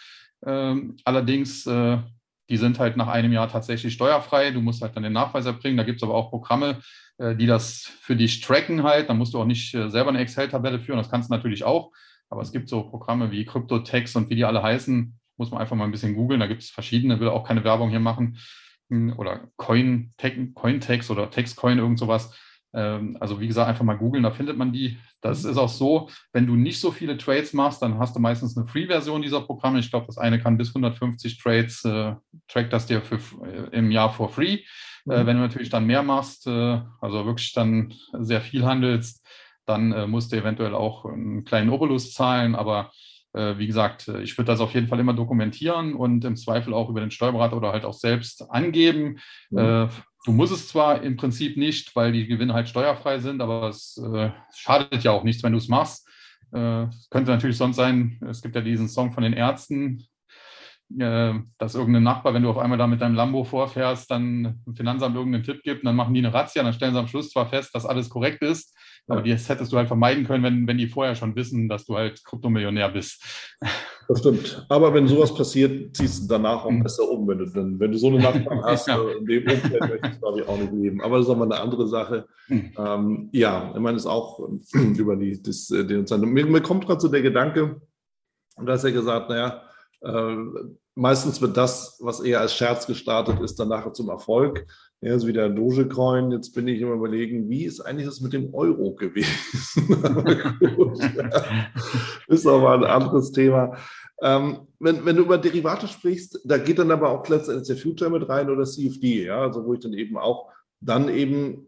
Allerdings, die sind halt nach einem Jahr tatsächlich steuerfrei. Du musst halt dann den Nachweis erbringen. Da gibt es aber auch Programme, die das für dich tracken halt. Da musst du auch nicht selber eine Excel-Tabelle führen. Das kannst du natürlich auch. Aber es gibt so Programme wie CryptoTax und wie die alle heißen. Muss man einfach mal ein bisschen googeln. Da gibt es verschiedene. Will auch keine Werbung hier machen. Oder Cointax oder Taxcoin, irgend sowas. Also wie gesagt, einfach mal googeln, da findet man die. Das ist auch so, wenn du nicht so viele Trades machst, dann hast du meistens eine Free-Version dieser Programme. Ich glaube, das eine kann bis hundertfünfzig Trades, äh, trackt das dir für, äh, im Jahr for free. Mhm. Äh, wenn du natürlich dann mehr machst, äh, also wirklich dann sehr viel handelst, dann äh, musst du eventuell auch einen kleinen Obolus zahlen. Aber äh, wie gesagt, ich würde das auf jeden Fall immer dokumentieren und im Zweifel auch über den Steuerberater oder halt auch selbst angeben. Mhm. Äh, Du musst es zwar im Prinzip nicht, weil die Gewinne halt steuerfrei sind, aber es äh, schadet ja auch nichts, wenn du es machst. Äh, könnte natürlich sonst sein, es gibt ja diesen Song von den Ärzten, äh, dass irgendein Nachbar, wenn du auf einmal da mit deinem Lambo vorfährst, dann im Finanzamt irgendeinen Tipp gibt und dann machen die eine Razzia, dann stellen sie am Schluss zwar fest, dass alles korrekt ist, ja. aber das hättest du halt vermeiden können, wenn, wenn die vorher schon wissen, dass du halt Kryptomillionär bist. Das stimmt. Aber wenn sowas passiert, ziehst du danach auch besser um. Wenn du, dann, wenn du so eine Nachbarn hast, ja. in dem Umfeld möchtest du, glaube ich, auch nicht leben. Aber das ist nochmal eine andere Sache. Mhm. Ähm, ja, ich meine, es ist auch über die, das, den, mir, mir kommt gerade so der Gedanke, und da hast du ja gesagt, naja, äh, meistens wird das, was eher als Scherz gestartet ist, dann nachher zum Erfolg. Ja, so wie der Dogecoin. Jetzt bin ich immer überlegen, wie ist eigentlich das mit dem Euro gewesen? Aber gut, ist aber ein anderes Thema. Ähm, wenn, wenn du über Derivate sprichst, da geht dann aber auch letztendlich der Future mit rein oder C F D, ja, also wo ich dann eben auch dann eben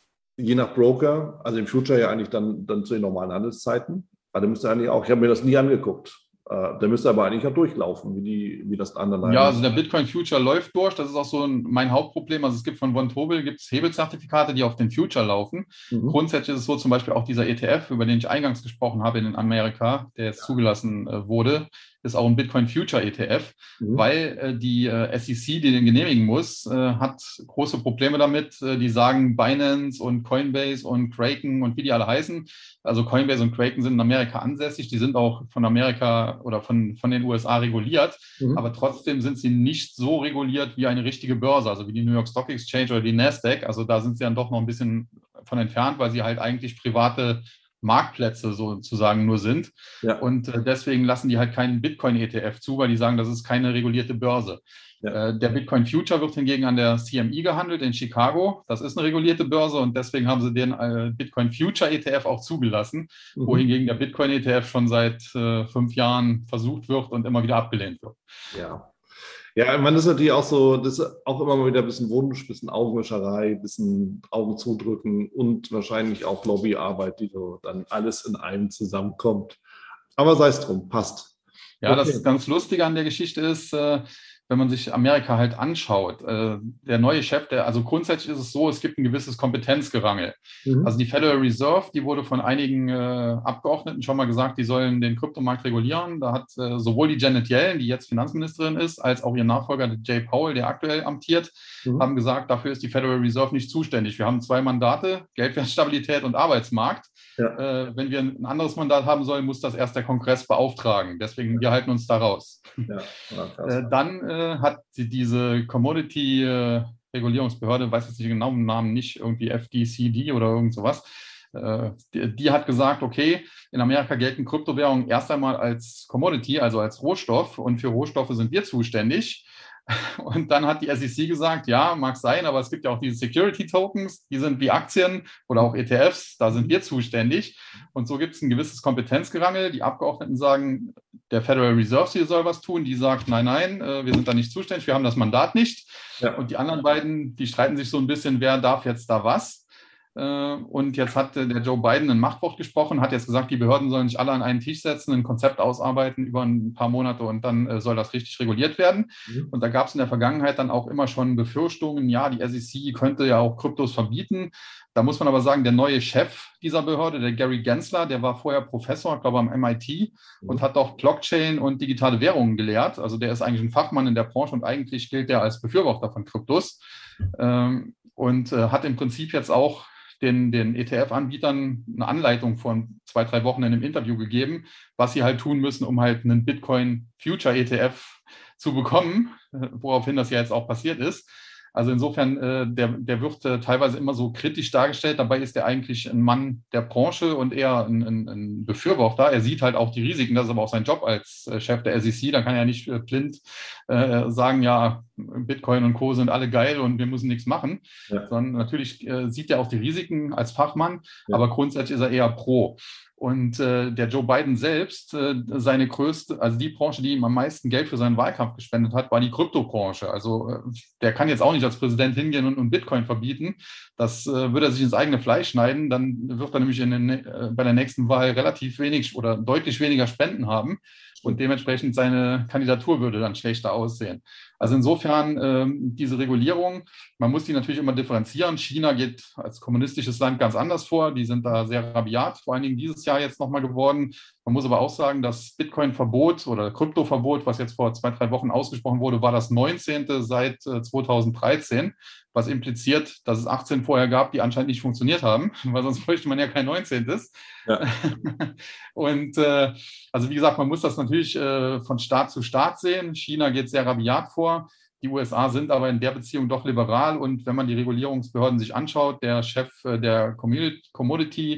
je nach Broker, also im Future ja eigentlich dann, dann zu den normalen Handelszeiten, aber der müsste eigentlich auch, ich habe mir das nie angeguckt, äh, der müsste aber eigentlich auch durchlaufen, wie, die, wie das andere. Ja, also der Bitcoin Future läuft durch. Das ist auch so ein, mein Hauptproblem. Also es gibt von Vontobel gibt es Hebelzertifikate, die auf den Future laufen. Mhm. Grundsätzlich ist es so, zum Beispiel auch dieser E T F, über den ich eingangs gesprochen habe in Amerika, der jetzt zugelassen äh, wurde, ist auch ein Bitcoin Future E T F, mhm. weil äh, die äh, S E C, die den genehmigen muss, äh, hat große Probleme damit. Äh, die sagen Binance und Coinbase und Kraken und wie die alle heißen. Also Coinbase und Kraken sind in Amerika ansässig. Die sind auch von Amerika oder von, von den U S A reguliert. Mhm. Aber trotzdem sind sie nicht so reguliert wie eine richtige Börse, also wie die New York Stock Exchange oder die Nasdaq. Also da sind sie dann doch noch ein bisschen von entfernt, weil sie halt eigentlich private Marktplätze sozusagen nur sind. Ja. Und äh, deswegen lassen die halt keinen Bitcoin-E T F zu, weil die sagen, das ist keine regulierte Börse. Ja. Äh, der Bitcoin Future wird hingegen an der C M E gehandelt in Chicago. Das ist eine regulierte Börse und deswegen haben sie den äh, Bitcoin Future E T F auch zugelassen, mhm. wohingegen der Bitcoin E T F schon seit äh, fünf Jahren versucht wird und immer wieder abgelehnt wird. Ja. Ja, man ist natürlich auch so, das ist auch immer mal wieder ein bisschen Wunsch, ein bisschen Augenwischerei, ein bisschen Augen zudrücken und wahrscheinlich auch Lobbyarbeit, die so dann alles in einem zusammenkommt. Aber sei es drum, passt. Ja, okay. Das ganz Lustige an der Geschichte ist, äh, wenn man sich Amerika halt anschaut, äh, der neue Chef, der, also grundsätzlich ist es so, es gibt ein gewisses Kompetenzgerangel. Mhm. Also die Federal Reserve, die wurde von einigen äh, Abgeordneten schon mal gesagt, die sollen den Kryptomarkt regulieren. Da hat äh, sowohl die Janet Yellen, die jetzt Finanzministerin ist, als auch ihr Nachfolger Jay Powell, der aktuell amtiert, mhm. haben gesagt, dafür ist die Federal Reserve nicht zuständig. Wir haben zwei Mandate, Geldwertstabilität und Arbeitsmarkt. Ja. Äh, wenn wir ein anderes Mandat haben sollen, muss das erst der Kongress beauftragen. Deswegen, wir halten uns da raus. Ja, äh, dann äh, hat sie diese Commodity-Regulierungsbehörde, äh, weiß jetzt nicht genau den Namen, nicht irgendwie F D C D oder irgend sowas, äh, die, die hat gesagt, okay, in Amerika gelten Kryptowährungen erst einmal als Commodity, also als Rohstoff, und für Rohstoffe sind wir zuständig. Und dann hat die S E C gesagt, ja, mag sein, aber es gibt ja auch diese Security-Tokens, die sind wie Aktien oder auch E T Fs, da sind wir zuständig. Und so gibt es ein gewisses Kompetenzgerangel. Die Abgeordneten sagen, der Federal Reserve soll was tun. Die sagt, nein, nein, wir sind da nicht zuständig, wir haben das Mandat nicht. Ja. Und die anderen beiden, die streiten sich so ein bisschen, wer darf jetzt da was. Und jetzt hat der Joe Biden ein Machtwort gesprochen, hat jetzt gesagt, die Behörden sollen sich alle an einen Tisch setzen, ein Konzept ausarbeiten über ein paar Monate und dann soll das richtig reguliert werden. Mhm. Und da gab es in der Vergangenheit dann auch immer schon Befürchtungen, ja, die S E C könnte ja auch Kryptos verbieten. Da muss man aber sagen, der neue Chef dieser Behörde, der Gary Gensler, der war vorher Professor, ich glaube am M I T, mhm. und hat auch Blockchain und digitale Währungen gelehrt. Also der ist eigentlich ein Fachmann in der Branche und eigentlich gilt der als Befürworter von Kryptos. Ähm, und äh, hat im Prinzip jetzt auch den, den E T F-Anbietern eine Anleitung von zwei, drei Wochen in einem Interview gegeben, was sie halt tun müssen, um halt einen Bitcoin Future E T F zu bekommen, woraufhin das ja jetzt auch passiert ist. Also insofern, äh, der, der wird äh, teilweise immer so kritisch dargestellt. Dabei ist er eigentlich ein Mann der Branche und eher ein, ein, ein Befürworter. Er sieht halt auch die Risiken. Das ist aber auch sein Job als äh, Chef der S E C. Da kann er nicht äh, blind äh, sagen, ja, Bitcoin und Co. sind alle geil und wir müssen nichts machen. Ja. Sondern natürlich äh, sieht er auch die Risiken als Fachmann, ja. aber grundsätzlich ist er eher pro. Und äh, der Joe Biden selbst, äh, seine größte, also die Branche, die ihm am meisten Geld für seinen Wahlkampf gespendet hat, war die Kryptobranche. Also äh, der kann jetzt auch nicht als Präsident hingehen und, und Bitcoin verbieten. Das äh, würde er sich ins eigene Fleisch schneiden. Dann wird er nämlich in den, äh, bei der nächsten Wahl relativ wenig oder deutlich weniger Spenden haben. Und dementsprechend seine Kandidatur würde dann schlechter aussehen. Also insofern ähm, diese Regulierung, man muss die natürlich immer differenzieren. China geht als kommunistisches Land ganz anders vor. Die sind da sehr rabiat, vor allen Dingen dieses Jahr jetzt nochmal geworden. Man muss aber auch sagen, das Bitcoin-Verbot oder Kryptoverbot, was jetzt vor zwei, drei Wochen ausgesprochen wurde, war das neunzehnte seit äh, zweitausenddreizehn, was impliziert, dass es achtzehn vorher gab, die anscheinend nicht funktioniert haben, weil sonst bräuchte man ja kein neunzehntes. Ja. Und äh, also wie gesagt, man muss das natürlich äh, von Staat zu Staat sehen. China geht sehr rabiat vor. Die U S A sind aber in der Beziehung doch liberal. Und wenn man die Regulierungsbehörden sich anschaut, der Chef äh, der Commodity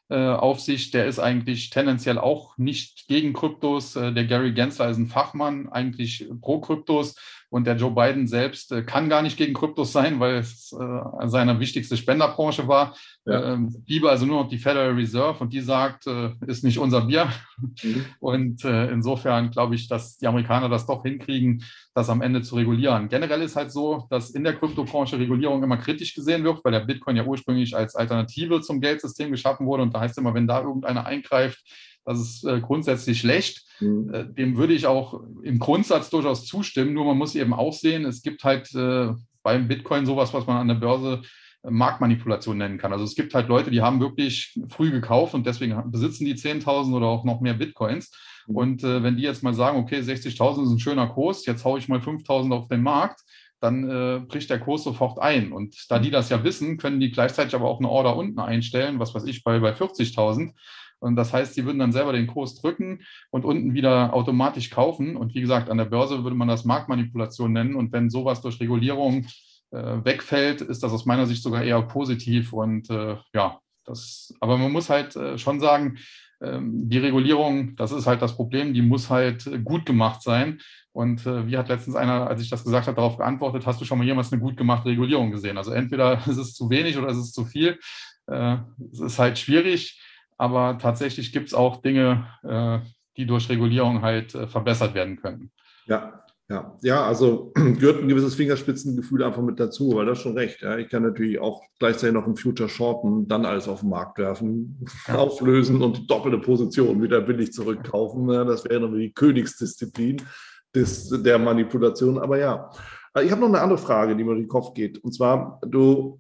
Aufsicht, der ist eigentlich tendenziell auch nicht gegen Kryptos. Der Gary Gensler ist ein Fachmann, eigentlich pro Kryptos. Und der Joe Biden selbst kann gar nicht gegen Kryptos sein, weil es seine wichtigste Spenderbranche war. Ja. Lieber also nur noch die Federal Reserve und die sagt, ist nicht unser Bier. Mhm. Und insofern glaube ich, dass die Amerikaner das doch hinkriegen, das am Ende zu regulieren. Generell ist halt so, dass in der Kryptobranche Regulierung immer kritisch gesehen wird, weil der Bitcoin ja ursprünglich als Alternative zum Geldsystem geschaffen wurde. Und da heißt immer, wenn da irgendeiner eingreift, das ist äh, grundsätzlich schlecht. Mhm. Äh, dem würde ich auch im Grundsatz durchaus zustimmen. Nur man muss eben auch sehen, es gibt halt äh, beim Bitcoin sowas, was man an der Börse äh, Marktmanipulation nennen kann. Also es gibt halt Leute, die haben wirklich früh gekauft und deswegen besitzen die zehntausend oder auch noch mehr Bitcoins. Und äh, wenn die jetzt mal sagen, okay, sechzigtausend ist ein schöner Kurs, jetzt haue ich mal fünftausend auf den Markt, dann äh, bricht der Kurs sofort ein. Und da die das ja wissen, können die gleichzeitig aber auch eine Order unten einstellen, was weiß ich, bei, bei vierzigtausend. Und das heißt, sie würden dann selber den Kurs drücken und unten wieder automatisch kaufen. Und wie gesagt, an der Börse würde man das Marktmanipulation nennen. Und wenn sowas durch Regulierung äh, wegfällt, ist das aus meiner Sicht sogar eher positiv. Und äh, ja, das, aber man muss halt äh, schon sagen, ähm, die Regulierung, das ist halt das Problem, die muss halt gut gemacht sein. Und äh, wie hat letztens einer, als ich das gesagt habe, darauf geantwortet, hast du schon mal jemals eine gut gemachte Regulierung gesehen? Also entweder ist es zu wenig oder ist es zu viel. Äh, es ist halt schwierig, aber tatsächlich gibt es auch Dinge, äh, die durch Regulierung halt äh, verbessert werden können. Ja. Ja, ja, also gehört ein gewisses Fingerspitzengefühl einfach mit dazu, weil das ist schon recht. Ja. Ich kann natürlich auch gleichzeitig noch im Future shorten, dann alles auf den Markt werfen, ja. auflösen und die doppelte Position wieder billig zurückkaufen. Ja, das wäre dann die Königsdisziplin des, der Manipulation. Aber ja, ich habe noch eine andere Frage, die mir durch den Kopf geht. Und zwar, du,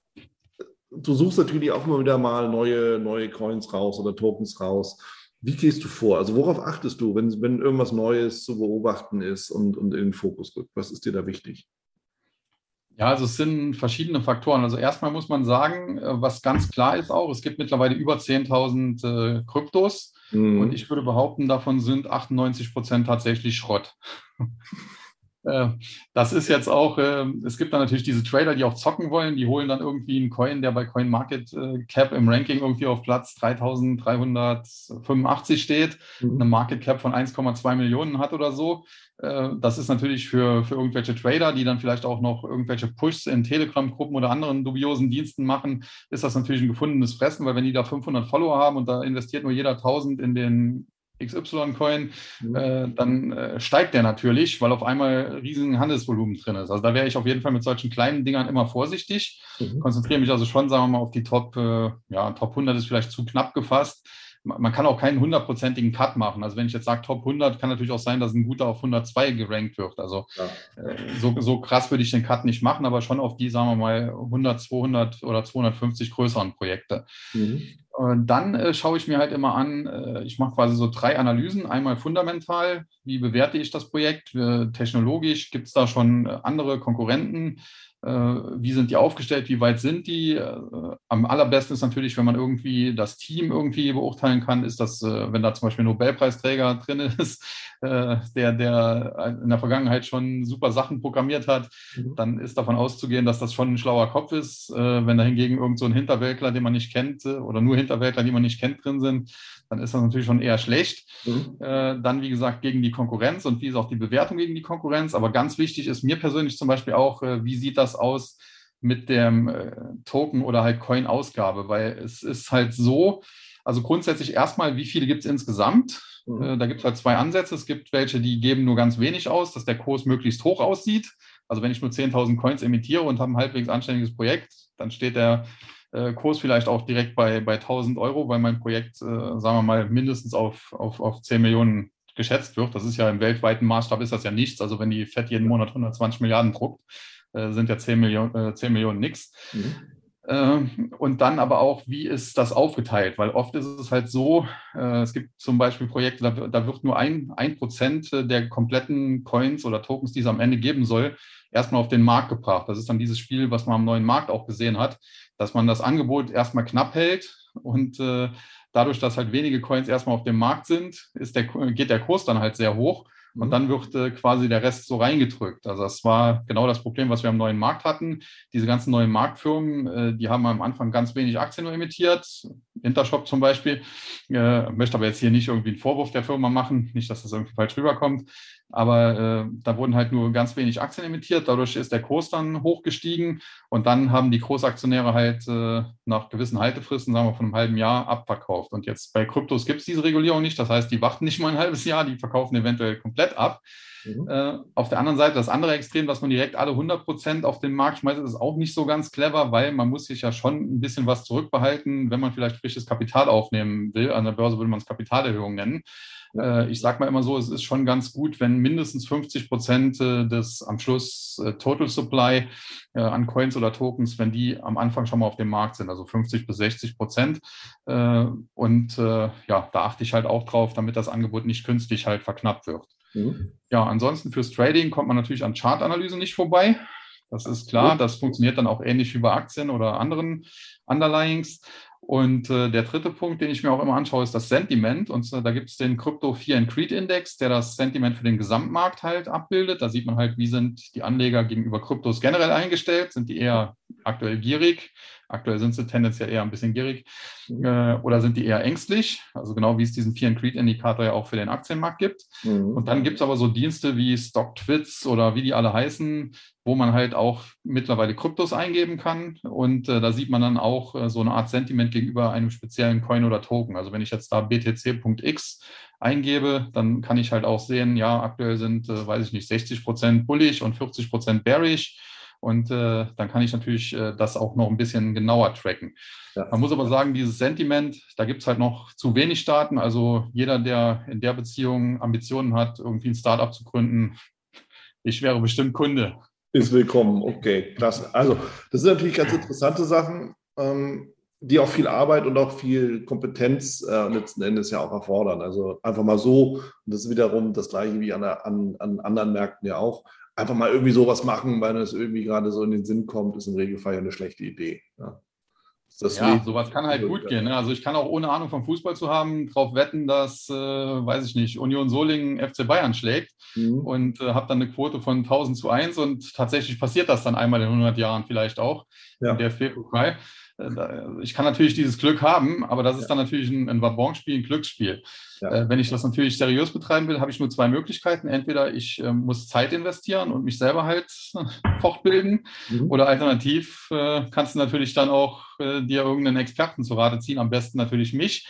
du suchst natürlich auch immer wieder mal neue, neue Coins raus oder Tokens raus. Wie gehst du vor? Also worauf achtest du, wenn, wenn irgendwas Neues zu beobachten ist und, und in den Fokus rückt? Was ist dir da wichtig? Ja, also es sind verschiedene Faktoren. Also erstmal muss man sagen, was ganz klar ist auch, es gibt mittlerweile über zehntausend äh, Kryptos mhm. und ich würde behaupten, davon sind achtundneunzig Prozent tatsächlich Schrott. Das ist jetzt auch, es gibt dann natürlich diese Trader, die auch zocken wollen, die holen dann irgendwie einen Coin, der bei CoinMarketCap im Ranking irgendwie auf Platz dreitausenddreihundertfünfundachtzig steht, mhm. eine Market Cap von eins Komma zwei Millionen hat oder so. Das ist natürlich für, für irgendwelche Trader, die dann vielleicht auch noch irgendwelche Pushs in Telegram-Gruppen oder anderen dubiosen Diensten machen, ist das natürlich ein gefundenes Fressen, weil wenn die da fünfhundert Follower haben und da investiert nur jeder tausend in den X Y-Coin, mhm. äh, dann äh, steigt der natürlich, weil auf einmal riesen Handelsvolumen drin ist. Also da wäre ich auf jeden Fall mit solchen kleinen Dingern immer vorsichtig. Mhm. Konzentriere mich also schon, sagen wir mal, auf die Top, äh, ja, Top hundert ist vielleicht zu knapp gefasst. Man kann auch keinen hundertprozentigen Cut machen. Also wenn ich jetzt sage Top hundert, kann natürlich auch sein, dass ein guter auf hundertzwei gerankt wird. Also ja. äh, so, so krass würde ich den Cut nicht machen, aber schon auf die, sagen wir mal, hundert, zweihundert oder zweihundertfünfzig größeren Projekte. Mhm. Dann äh, schaue ich mir halt immer an, äh, ich mache quasi so drei Analysen. Einmal fundamental, wie bewerte ich das Projekt? Äh, technologisch, gibt es da schon äh, andere Konkurrenten? Äh, wie sind die aufgestellt? Wie weit sind die? Äh, am allerbesten ist natürlich, wenn man irgendwie das Team irgendwie beurteilen kann, ist das, äh, wenn da zum Beispiel ein Nobelpreisträger drin ist, äh, der, der in der Vergangenheit schon super Sachen programmiert hat, mhm. dann ist davon auszugehen, dass das schon ein schlauer Kopf ist. Äh, wenn da hingegen irgend so ein Hinterwäldler, den man nicht kennt, äh, oder nur Hinterwäldler, die man nicht kennt, drin sind, dann ist das natürlich schon eher schlecht. Mhm. Äh, dann, wie gesagt, gegen die Konkurrenz und wie ist auch die Bewertung gegen die Konkurrenz. Aber ganz wichtig ist mir persönlich zum Beispiel auch, äh, wie sieht das aus mit dem äh, Token oder halt Coin-Ausgabe, weil es ist halt so, also grundsätzlich erstmal, wie viele gibt es insgesamt? Mhm. Äh, da gibt es halt zwei Ansätze. Es gibt welche, die geben nur ganz wenig aus, dass der Kurs möglichst hoch aussieht. Also wenn ich nur zehntausend Coins emittiere und habe ein halbwegs anständiges Projekt, dann steht der äh, Kurs vielleicht auch direkt bei, bei tausend Euro, weil mein Projekt, äh, sagen wir mal, mindestens auf, auf, auf zehn Millionen geschätzt wird. Das ist ja im weltweiten Maßstab ist das ja nichts. Also wenn die Fed jeden Monat hundertzwanzig Milliarden druckt, äh, sind ja zehn Millionen, äh, zehn Millionen nix. Mhm. Und dann aber auch, wie ist das aufgeteilt? Weil oft ist es halt so, es gibt zum Beispiel Projekte, da wird nur ein, ein Prozent der kompletten Coins oder Tokens, die es am Ende geben soll, erstmal auf den Markt gebracht. Das ist dann dieses Spiel, was man am neuen Markt auch gesehen hat, dass man das Angebot erstmal knapp hält und dadurch, dass halt wenige Coins erstmal auf dem Markt sind, ist der, geht der Kurs dann halt sehr hoch. Und dann wird äh, quasi der Rest so reingedrückt. Also das war genau das Problem, was wir am neuen Markt hatten. Diese ganzen neuen Marktfirmen, äh, die haben am Anfang ganz wenig Aktien nur emittiert. Intershop zum Beispiel. Äh, möchte aber jetzt hier nicht irgendwie einen Vorwurf der Firma machen, nicht, dass das irgendwie falsch rüberkommt. Aber äh, da wurden halt nur ganz wenig Aktien emittiert. Dadurch ist der Kurs dann hochgestiegen. Und dann haben die Großaktionäre halt äh, nach gewissen Haltefristen, sagen wir von einem halben Jahr, abverkauft. Und jetzt bei Kryptos gibt es diese Regulierung nicht. Das heißt, die warten nicht mal ein halbes Jahr, die verkaufen eventuell komplett ab. Mhm. Äh, auf der anderen Seite, das andere Extrem, dass man direkt alle hundert Prozent auf den Markt schmeißt, ist auch nicht so ganz clever, weil man muss sich ja schon ein bisschen was zurückbehalten, wenn man vielleicht frisches Kapital aufnehmen will. An der Börse würde man es Kapitalerhöhung nennen. Äh, ich sage mal immer so, es ist schon ganz gut, wenn mindestens fünfzig Prozent des am Schluss äh, Total Supply äh, an Coins oder Tokens, wenn die am Anfang schon mal auf dem Markt sind, also fünfzig bis sechzig Prozent. Äh, und äh, ja, da achte ich halt auch drauf, damit das Angebot nicht künstlich halt verknappt wird. Mhm. Ja, ansonsten fürs Trading kommt man natürlich an Chartanalyse nicht vorbei. Das ist klar, das funktioniert dann auch ähnlich wie bei Aktien oder anderen Underlyings. Und äh, der dritte Punkt, den ich mir auch immer anschaue, ist das Sentiment. Und äh, da gibt es den Crypto Fear and Greed Index, der das Sentiment für den Gesamtmarkt halt abbildet. Da sieht man halt, wie sind die Anleger gegenüber Kryptos generell eingestellt. Sind die eher aktuell gierig? Aktuell sind sie tendenziell eher ein bisschen gierig. Äh, oder sind die eher ängstlich? Also genau wie es diesen Fear and Greed Indikator ja auch für den Aktienmarkt gibt. Mhm. Und dann gibt es aber so Dienste wie StockTwits oder wie die alle heißen, wo man halt auch mittlerweile Kryptos eingeben kann. Und äh, da sieht man dann auch äh, so eine Art Sentiment gegenüber einem speziellen Coin oder Token. Also wenn ich jetzt da B T C Punkt X eingebe, dann kann ich halt auch sehen, ja, aktuell sind, äh, weiß ich nicht, sechzig Prozent bullish und vierzig Prozent bearish. Und äh, dann kann ich natürlich äh, das auch noch ein bisschen genauer tracken. Ja. Man muss aber sagen, dieses Sentiment, da gibt es halt noch zu wenig Daten. Also jeder, der in der Beziehung Ambitionen hat, irgendwie ein Startup zu gründen, ich wäre bestimmt Kunde. Ist willkommen, okay, klasse. Also das sind natürlich ganz interessante Sachen, ähm, die auch viel Arbeit und auch viel Kompetenz äh, letzten Endes ja auch erfordern. Also einfach mal so, und das ist wiederum das Gleiche wie an, an, an anderen Märkten ja auch, einfach mal irgendwie sowas machen, weil es irgendwie gerade so in den Sinn kommt, ist im Regelfall ja eine schlechte Idee. Ja, das ja sowas kann halt gut gehen. Ne? Also ich kann auch ohne Ahnung vom Fußball zu haben, darauf wetten, dass, äh, weiß ich nicht, Union Solingen F C Bayern schlägt mhm. und äh, habe dann eine Quote von tausend zu eins und tatsächlich passiert das dann einmal in hundert Jahren vielleicht auch ja. im D F B-Pokal. Ich kann natürlich dieses Glück haben, aber das ist dann natürlich ein, ein Wabonspiel, ein Glücksspiel. Ja. Äh, wenn ich das natürlich seriös betreiben will, habe ich nur zwei Möglichkeiten. Entweder ich äh, muss Zeit investieren und mich selber halt äh, fortbilden mhm. oder alternativ äh, kannst du natürlich dann auch äh, dir irgendeinen Experten zu Rate ziehen, am besten natürlich mich.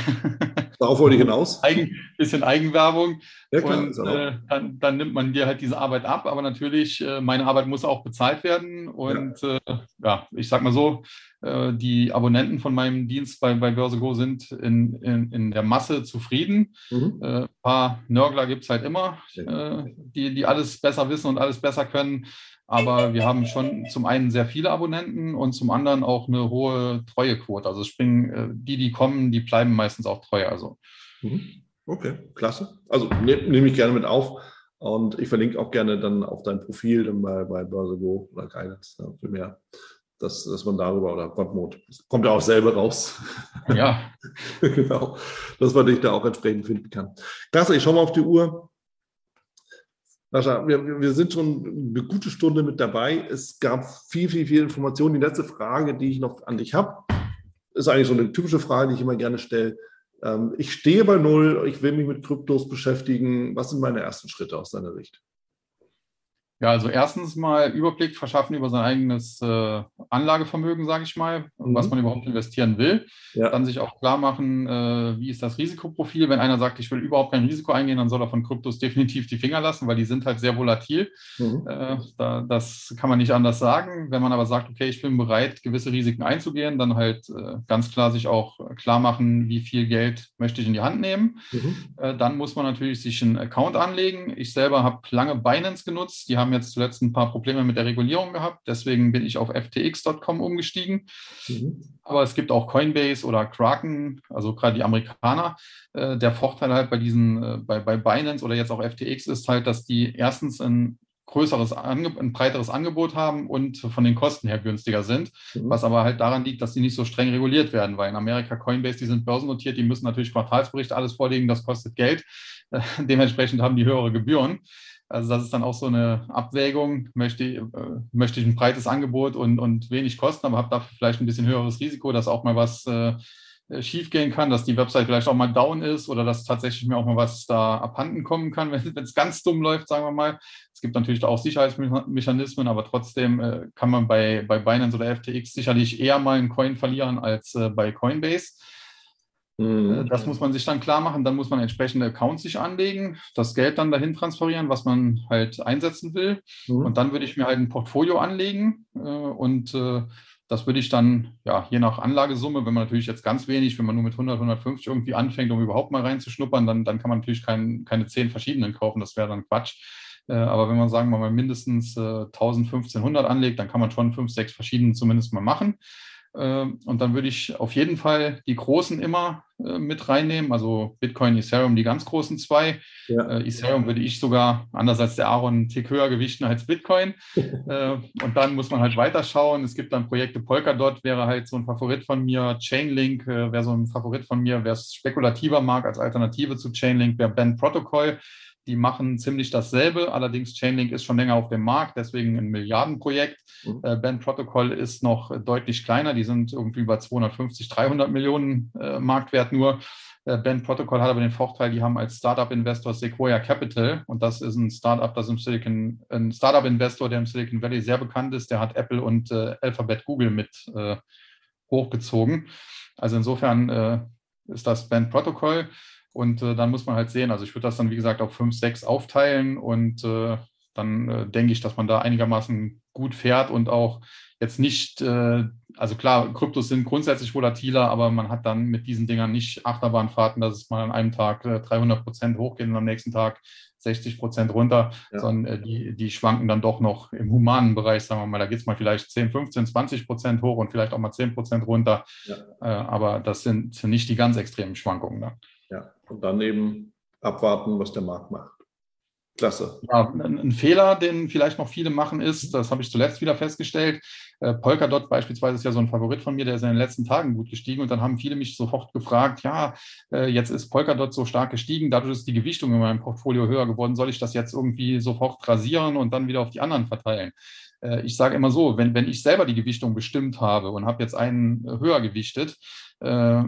Darauf wollte ich hinaus. Ein bisschen Eigenwerbung. Ja, klar, und äh, dann, dann nimmt man dir halt diese Arbeit ab, aber natürlich, äh, meine Arbeit muss auch bezahlt werden und ja, äh, ja ich sag mal so, äh, die Abonnenten von meinem Dienst bei, bei BörseGo sind in, in, in der Masse zufrieden. Mhm. Äh, ein paar Nörgler gibt es halt immer, äh, die, die alles besser wissen und alles besser können. Aber wir haben schon zum einen sehr viele Abonnenten und zum anderen auch eine hohe Treuequote. Also springen, die, die kommen, die bleiben meistens auch treu. Also. Okay, klasse. Also nehme nehm ich gerne mit auf. Und ich verlinke auch gerne dann auf dein Profil dann bei, bei BörseGo oder Guidance ja, für mehr, dass, dass man darüber oder Gottmut, kommt ja auch selber raus. Ja. Genau, dass man dich da auch entsprechend finden kann. Klasse, ich schaue mal auf die Uhr. Sascha, wir, wir sind schon eine gute Stunde mit dabei. Es gab viel, viel, viel Informationen. Die letzte Frage, die ich noch an dich habe, ist eigentlich so eine typische Frage, die ich immer gerne stelle. Ähm, ich stehe bei Null, ich will mich mit Kryptos beschäftigen. Was sind meine ersten Schritte aus deiner Sicht? Ja, also erstens mal Überblick verschaffen über sein eigenes äh, Anlagevermögen, sage ich mal, mhm. was man überhaupt investieren will. Ja. Dann sich auch klar machen, äh, wie ist das Risikoprofil. Wenn einer sagt, ich will überhaupt kein Risiko eingehen, dann soll er von Kryptos definitiv die Finger lassen, weil die sind halt sehr volatil. Mhm. Äh, da, das kann man nicht anders sagen. Wenn man aber sagt, okay, ich bin bereit, gewisse Risiken einzugehen, dann halt äh, ganz klar sich auch klar machen, wie viel Geld möchte ich in die Hand nehmen. Mhm. Äh, dann muss man natürlich sich einen Account anlegen. Ich selber habe lange Binance genutzt. Die haben jetzt zuletzt ein paar Probleme mit der Regulierung gehabt. Deswegen bin ich auf F T X Punkt com umgestiegen. Mhm. Aber es gibt auch Coinbase oder Kraken, also gerade die Amerikaner. Äh, der Vorteil halt bei diesen, äh, bei, bei Binance oder jetzt auch F T X ist halt, dass die erstens ein größeres, Ange- ein breiteres Angebot haben und von den Kosten her günstiger sind, mhm. was aber halt daran liegt, dass die nicht so streng reguliert werden, weil in Amerika Coinbase, die sind börsennotiert, die müssen natürlich Quartalsberichte alles vorlegen, das kostet Geld. Äh, dementsprechend haben die höhere Gebühren. Also das ist dann auch so eine Abwägung, möchte, äh, möchte ich ein breites Angebot und, und wenig Kosten, aber habe dafür vielleicht ein bisschen höheres Risiko, dass auch mal was äh, äh, schief gehen kann, dass die Website vielleicht auch mal down ist oder dass tatsächlich mir auch mal was da abhanden kommen kann, wenn es ganz dumm läuft, sagen wir mal. Es gibt natürlich auch Sicherheitsmechanismen, aber trotzdem äh, kann man bei, bei Binance oder F T X sicherlich eher mal einen Coin verlieren als äh, bei Coinbase. Das muss man sich dann klar machen. Dann muss man entsprechende Accounts sich anlegen, das Geld dann dahin transferieren, was man halt einsetzen will. Mhm. Und dann würde ich mir halt ein Portfolio anlegen und das würde ich dann, ja, je nach Anlagesumme, wenn man natürlich jetzt ganz wenig, wenn man nur mit hundert, hundertfünfzig irgendwie anfängt, um überhaupt mal reinzuschnuppern, dann, dann kann man natürlich kein, keine zehn verschiedenen kaufen, das wäre dann Quatsch. Aber wenn man, sagen wir mal, mindestens tausend, fünfzehnhundert anlegt, dann kann man schon fünf, sechs verschiedene zumindest mal machen. Und dann würde ich auf jeden Fall die Großen immer äh, mit reinnehmen, also Bitcoin, Ethereum, die ganz großen zwei. Ja. Äh, Ethereum würde ich sogar, anders als der Aaron, einen Tick höher gewichten als Bitcoin. äh, und dann muss man halt weiterschauen. Es gibt dann Projekte, Polkadot wäre halt so ein Favorit von mir, Chainlink äh, wäre so ein Favorit von mir, wer es spekulativer mag als Alternative zu Chainlink, wäre Band Protocol. Die machen ziemlich dasselbe, allerdings Chainlink ist schon länger auf dem Markt, deswegen ein Milliardenprojekt. Mhm. Äh, Band Protocol ist noch deutlich kleiner, die sind irgendwie über zweihundertfünfzig, dreihundert Millionen äh, Marktwert nur. Äh, Band Protocol hat aber den Vorteil, die haben als Startup-Investor Sequoia Capital und das ist ein Startup, das im Silicon, ein Startup-Investor, der im Silicon Valley sehr bekannt ist, der hat Apple und äh, Alphabet Google mit äh, hochgezogen. Also insofern äh, ist das Band Protocol. Und äh, dann muss man halt sehen, also ich würde das dann, wie gesagt, auf fünf, sechs aufteilen und äh, dann äh, denke ich, dass man da einigermaßen gut fährt und auch jetzt nicht, äh, also klar, Kryptos sind grundsätzlich volatiler, aber man hat dann mit diesen Dingern nicht Achterbahnfahrten, dass es mal an einem Tag äh, dreihundert Prozent hochgeht und am nächsten Tag sechzig Prozent runter, ja. sondern äh, die, die schwanken dann doch noch im humanen Bereich, sagen wir mal, da geht es mal vielleicht zehn, fünfzehn, zwanzig Prozent hoch und vielleicht auch mal zehn Prozent runter, ja. äh, aber das sind, sind nicht die ganz extremen Schwankungen da. Ja, und dann eben abwarten, was der Markt macht. Klasse. Ja, ein, ein Fehler, den vielleicht noch viele machen, ist, das habe ich zuletzt wieder festgestellt, äh, Polkadot beispielsweise ist ja so ein Favorit von mir, der ist in den letzten Tagen gut gestiegen und dann haben viele mich sofort gefragt, ja, äh, jetzt ist Polkadot so stark gestiegen, dadurch ist die Gewichtung in meinem Portfolio höher geworden, soll ich das jetzt irgendwie sofort rasieren und dann wieder auf die anderen verteilen? Äh, ich sage immer so, wenn, wenn ich selber die Gewichtung bestimmt habe und habe jetzt einen höher gewichtet, äh,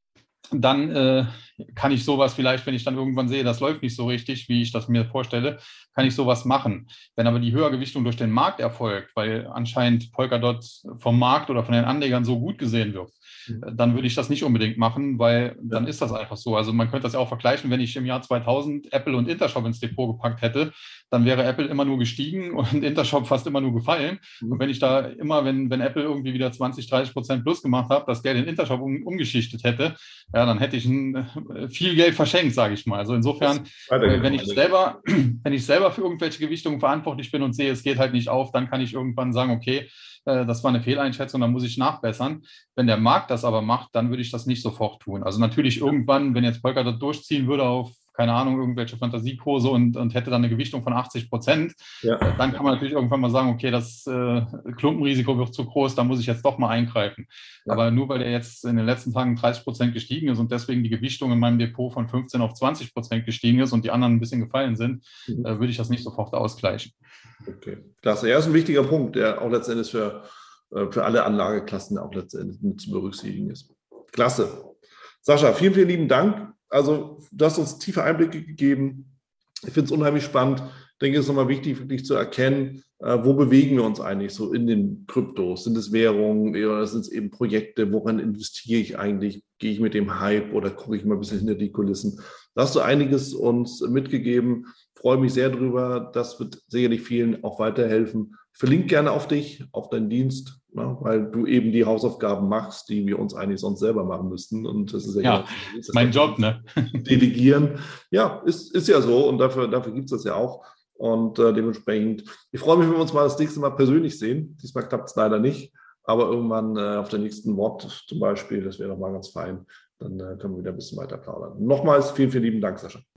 dann äh, kann ich sowas vielleicht, wenn ich dann irgendwann sehe, das läuft nicht so richtig, wie ich das mir vorstelle, kann ich sowas machen. Wenn aber die Höhergewichtung durch den Markt erfolgt, weil anscheinend Polkadot vom Markt oder von den Anlegern so gut gesehen wird, dann würde ich das nicht unbedingt machen, weil dann ja. ist das einfach so. Also man könnte das ja auch vergleichen, wenn ich im Jahr zweitausend Apple und Intershop ins Depot gepackt hätte, dann wäre Apple immer nur gestiegen und Intershop fast immer nur gefallen. Mhm. Und wenn ich da immer, wenn, wenn Apple irgendwie wieder zwanzig, dreißig Prozent plus gemacht hat, das Geld in Intershop um, umgeschichtet hätte, ja, dann hätte ich ein, viel Geld verschenkt, sage ich mal. Also insofern, äh, wenn ich selber, wenn ich selber für irgendwelche Gewichtungen verantwortlich bin und sehe, es geht halt nicht auf, dann kann ich irgendwann sagen, okay, das war eine Fehleinschätzung, dann muss ich nachbessern. Wenn der Markt das aber macht, dann würde ich das nicht sofort tun. Also natürlich irgendwann, wenn jetzt Polkadot durchziehen würde auf, keine Ahnung, irgendwelche Fantasiekurse und, und hätte dann eine Gewichtung von achtzig Prozent, ja. dann kann man natürlich irgendwann mal sagen, okay, das äh, Klumpenrisiko wird zu groß, da muss ich jetzt doch mal eingreifen. Ja. Aber nur weil der jetzt in den letzten Tagen dreißig Prozent gestiegen ist und deswegen die Gewichtung in meinem Depot von fünfzehn auf zwanzig Prozent gestiegen ist und die anderen ein bisschen gefallen sind, mhm. äh, würde ich das nicht sofort ausgleichen. Okay, klasse. Ja, ist ein wichtiger Punkt, der auch letztendlich für, für alle Anlageklassen auch letztendlich mit zu berücksichtigen ist. Klasse. Sascha, vielen, vielen lieben Dank. Also, du hast uns tiefe Einblicke gegeben. Ich finde es unheimlich spannend. Ich denke, es ist nochmal wichtig, wirklich zu erkennen, wo bewegen wir uns eigentlich so in den Kryptos? Sind es Währungen oder sind es eben Projekte? Woran investiere ich eigentlich? Gehe ich mit dem Hype oder gucke ich mal ein bisschen hinter die Kulissen? Da hast du einiges uns mitgegeben. Ich freue mich sehr drüber. Das wird sicherlich vielen auch weiterhelfen. Ich verlinke gerne auf dich, auf deinen Dienst, ne, weil du eben die Hausaufgaben machst, die wir uns eigentlich sonst selber machen müssten. Und das ist ja, ja das ist mein Job, ne? Delegieren. Ja, ist, ist ja so und dafür, dafür gibt es das ja auch. Und äh, dementsprechend, ich freue mich, wenn wir uns mal das nächste Mal persönlich sehen. Diesmal klappt es leider nicht, aber irgendwann äh, auf der nächsten Wort zum Beispiel, das wäre doch mal ganz fein. Dann äh, können wir wieder ein bisschen weiter plaudern. Nochmals vielen, vielen lieben Dank, Sascha.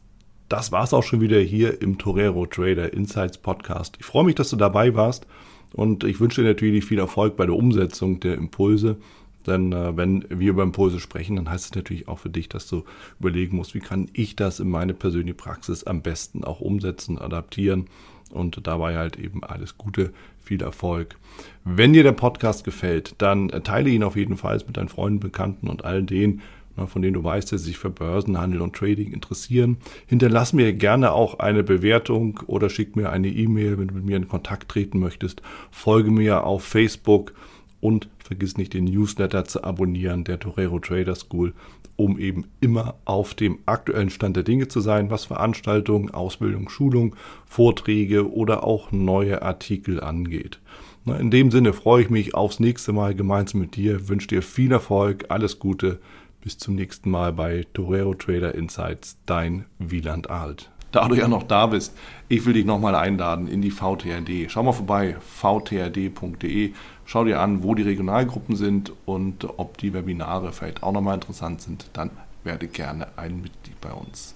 Das war es auch schon wieder hier im Torero Trader Insights Podcast. Ich freue mich, dass du dabei warst und ich wünsche dir natürlich viel Erfolg bei der Umsetzung der Impulse. Denn äh, wenn wir über Impulse sprechen, dann heißt es natürlich auch für dich, dass du überlegen musst, wie kann ich das in meine persönliche Praxis am besten auch umsetzen, adaptieren. und dabei halt eben alles Gute, viel Erfolg. Wenn dir der Podcast gefällt, dann teile ihn auf jeden Fall mit deinen Freunden, Bekannten und all denen, von denen du weißt, dass sie sich für Börsenhandel und Trading interessieren. Hinterlass mir gerne auch eine Bewertung oder schick mir eine E-Mail, wenn du mit mir in Kontakt treten möchtest. Folge mir auf Facebook und vergiss nicht, den Newsletter zu abonnieren, der Torero Trader School, um eben immer auf dem aktuellen Stand der Dinge zu sein, was Veranstaltungen, Ausbildung, Schulung, Vorträge oder auch neue Artikel angeht. In dem Sinne freue ich mich aufs nächste Mal gemeinsam mit dir, wünsche dir viel Erfolg, alles Gute. Bis zum nächsten Mal bei Torero Trader Insights, dein Wieland Alt. Da du ja noch da bist, ich will dich nochmal einladen in die V T R D. Schau mal vorbei, v t r d punkt d e. Schau dir an, wo die Regionalgruppen sind und ob die Webinare vielleicht auch nochmal interessant sind. Dann werde gerne ein Mitglied bei uns.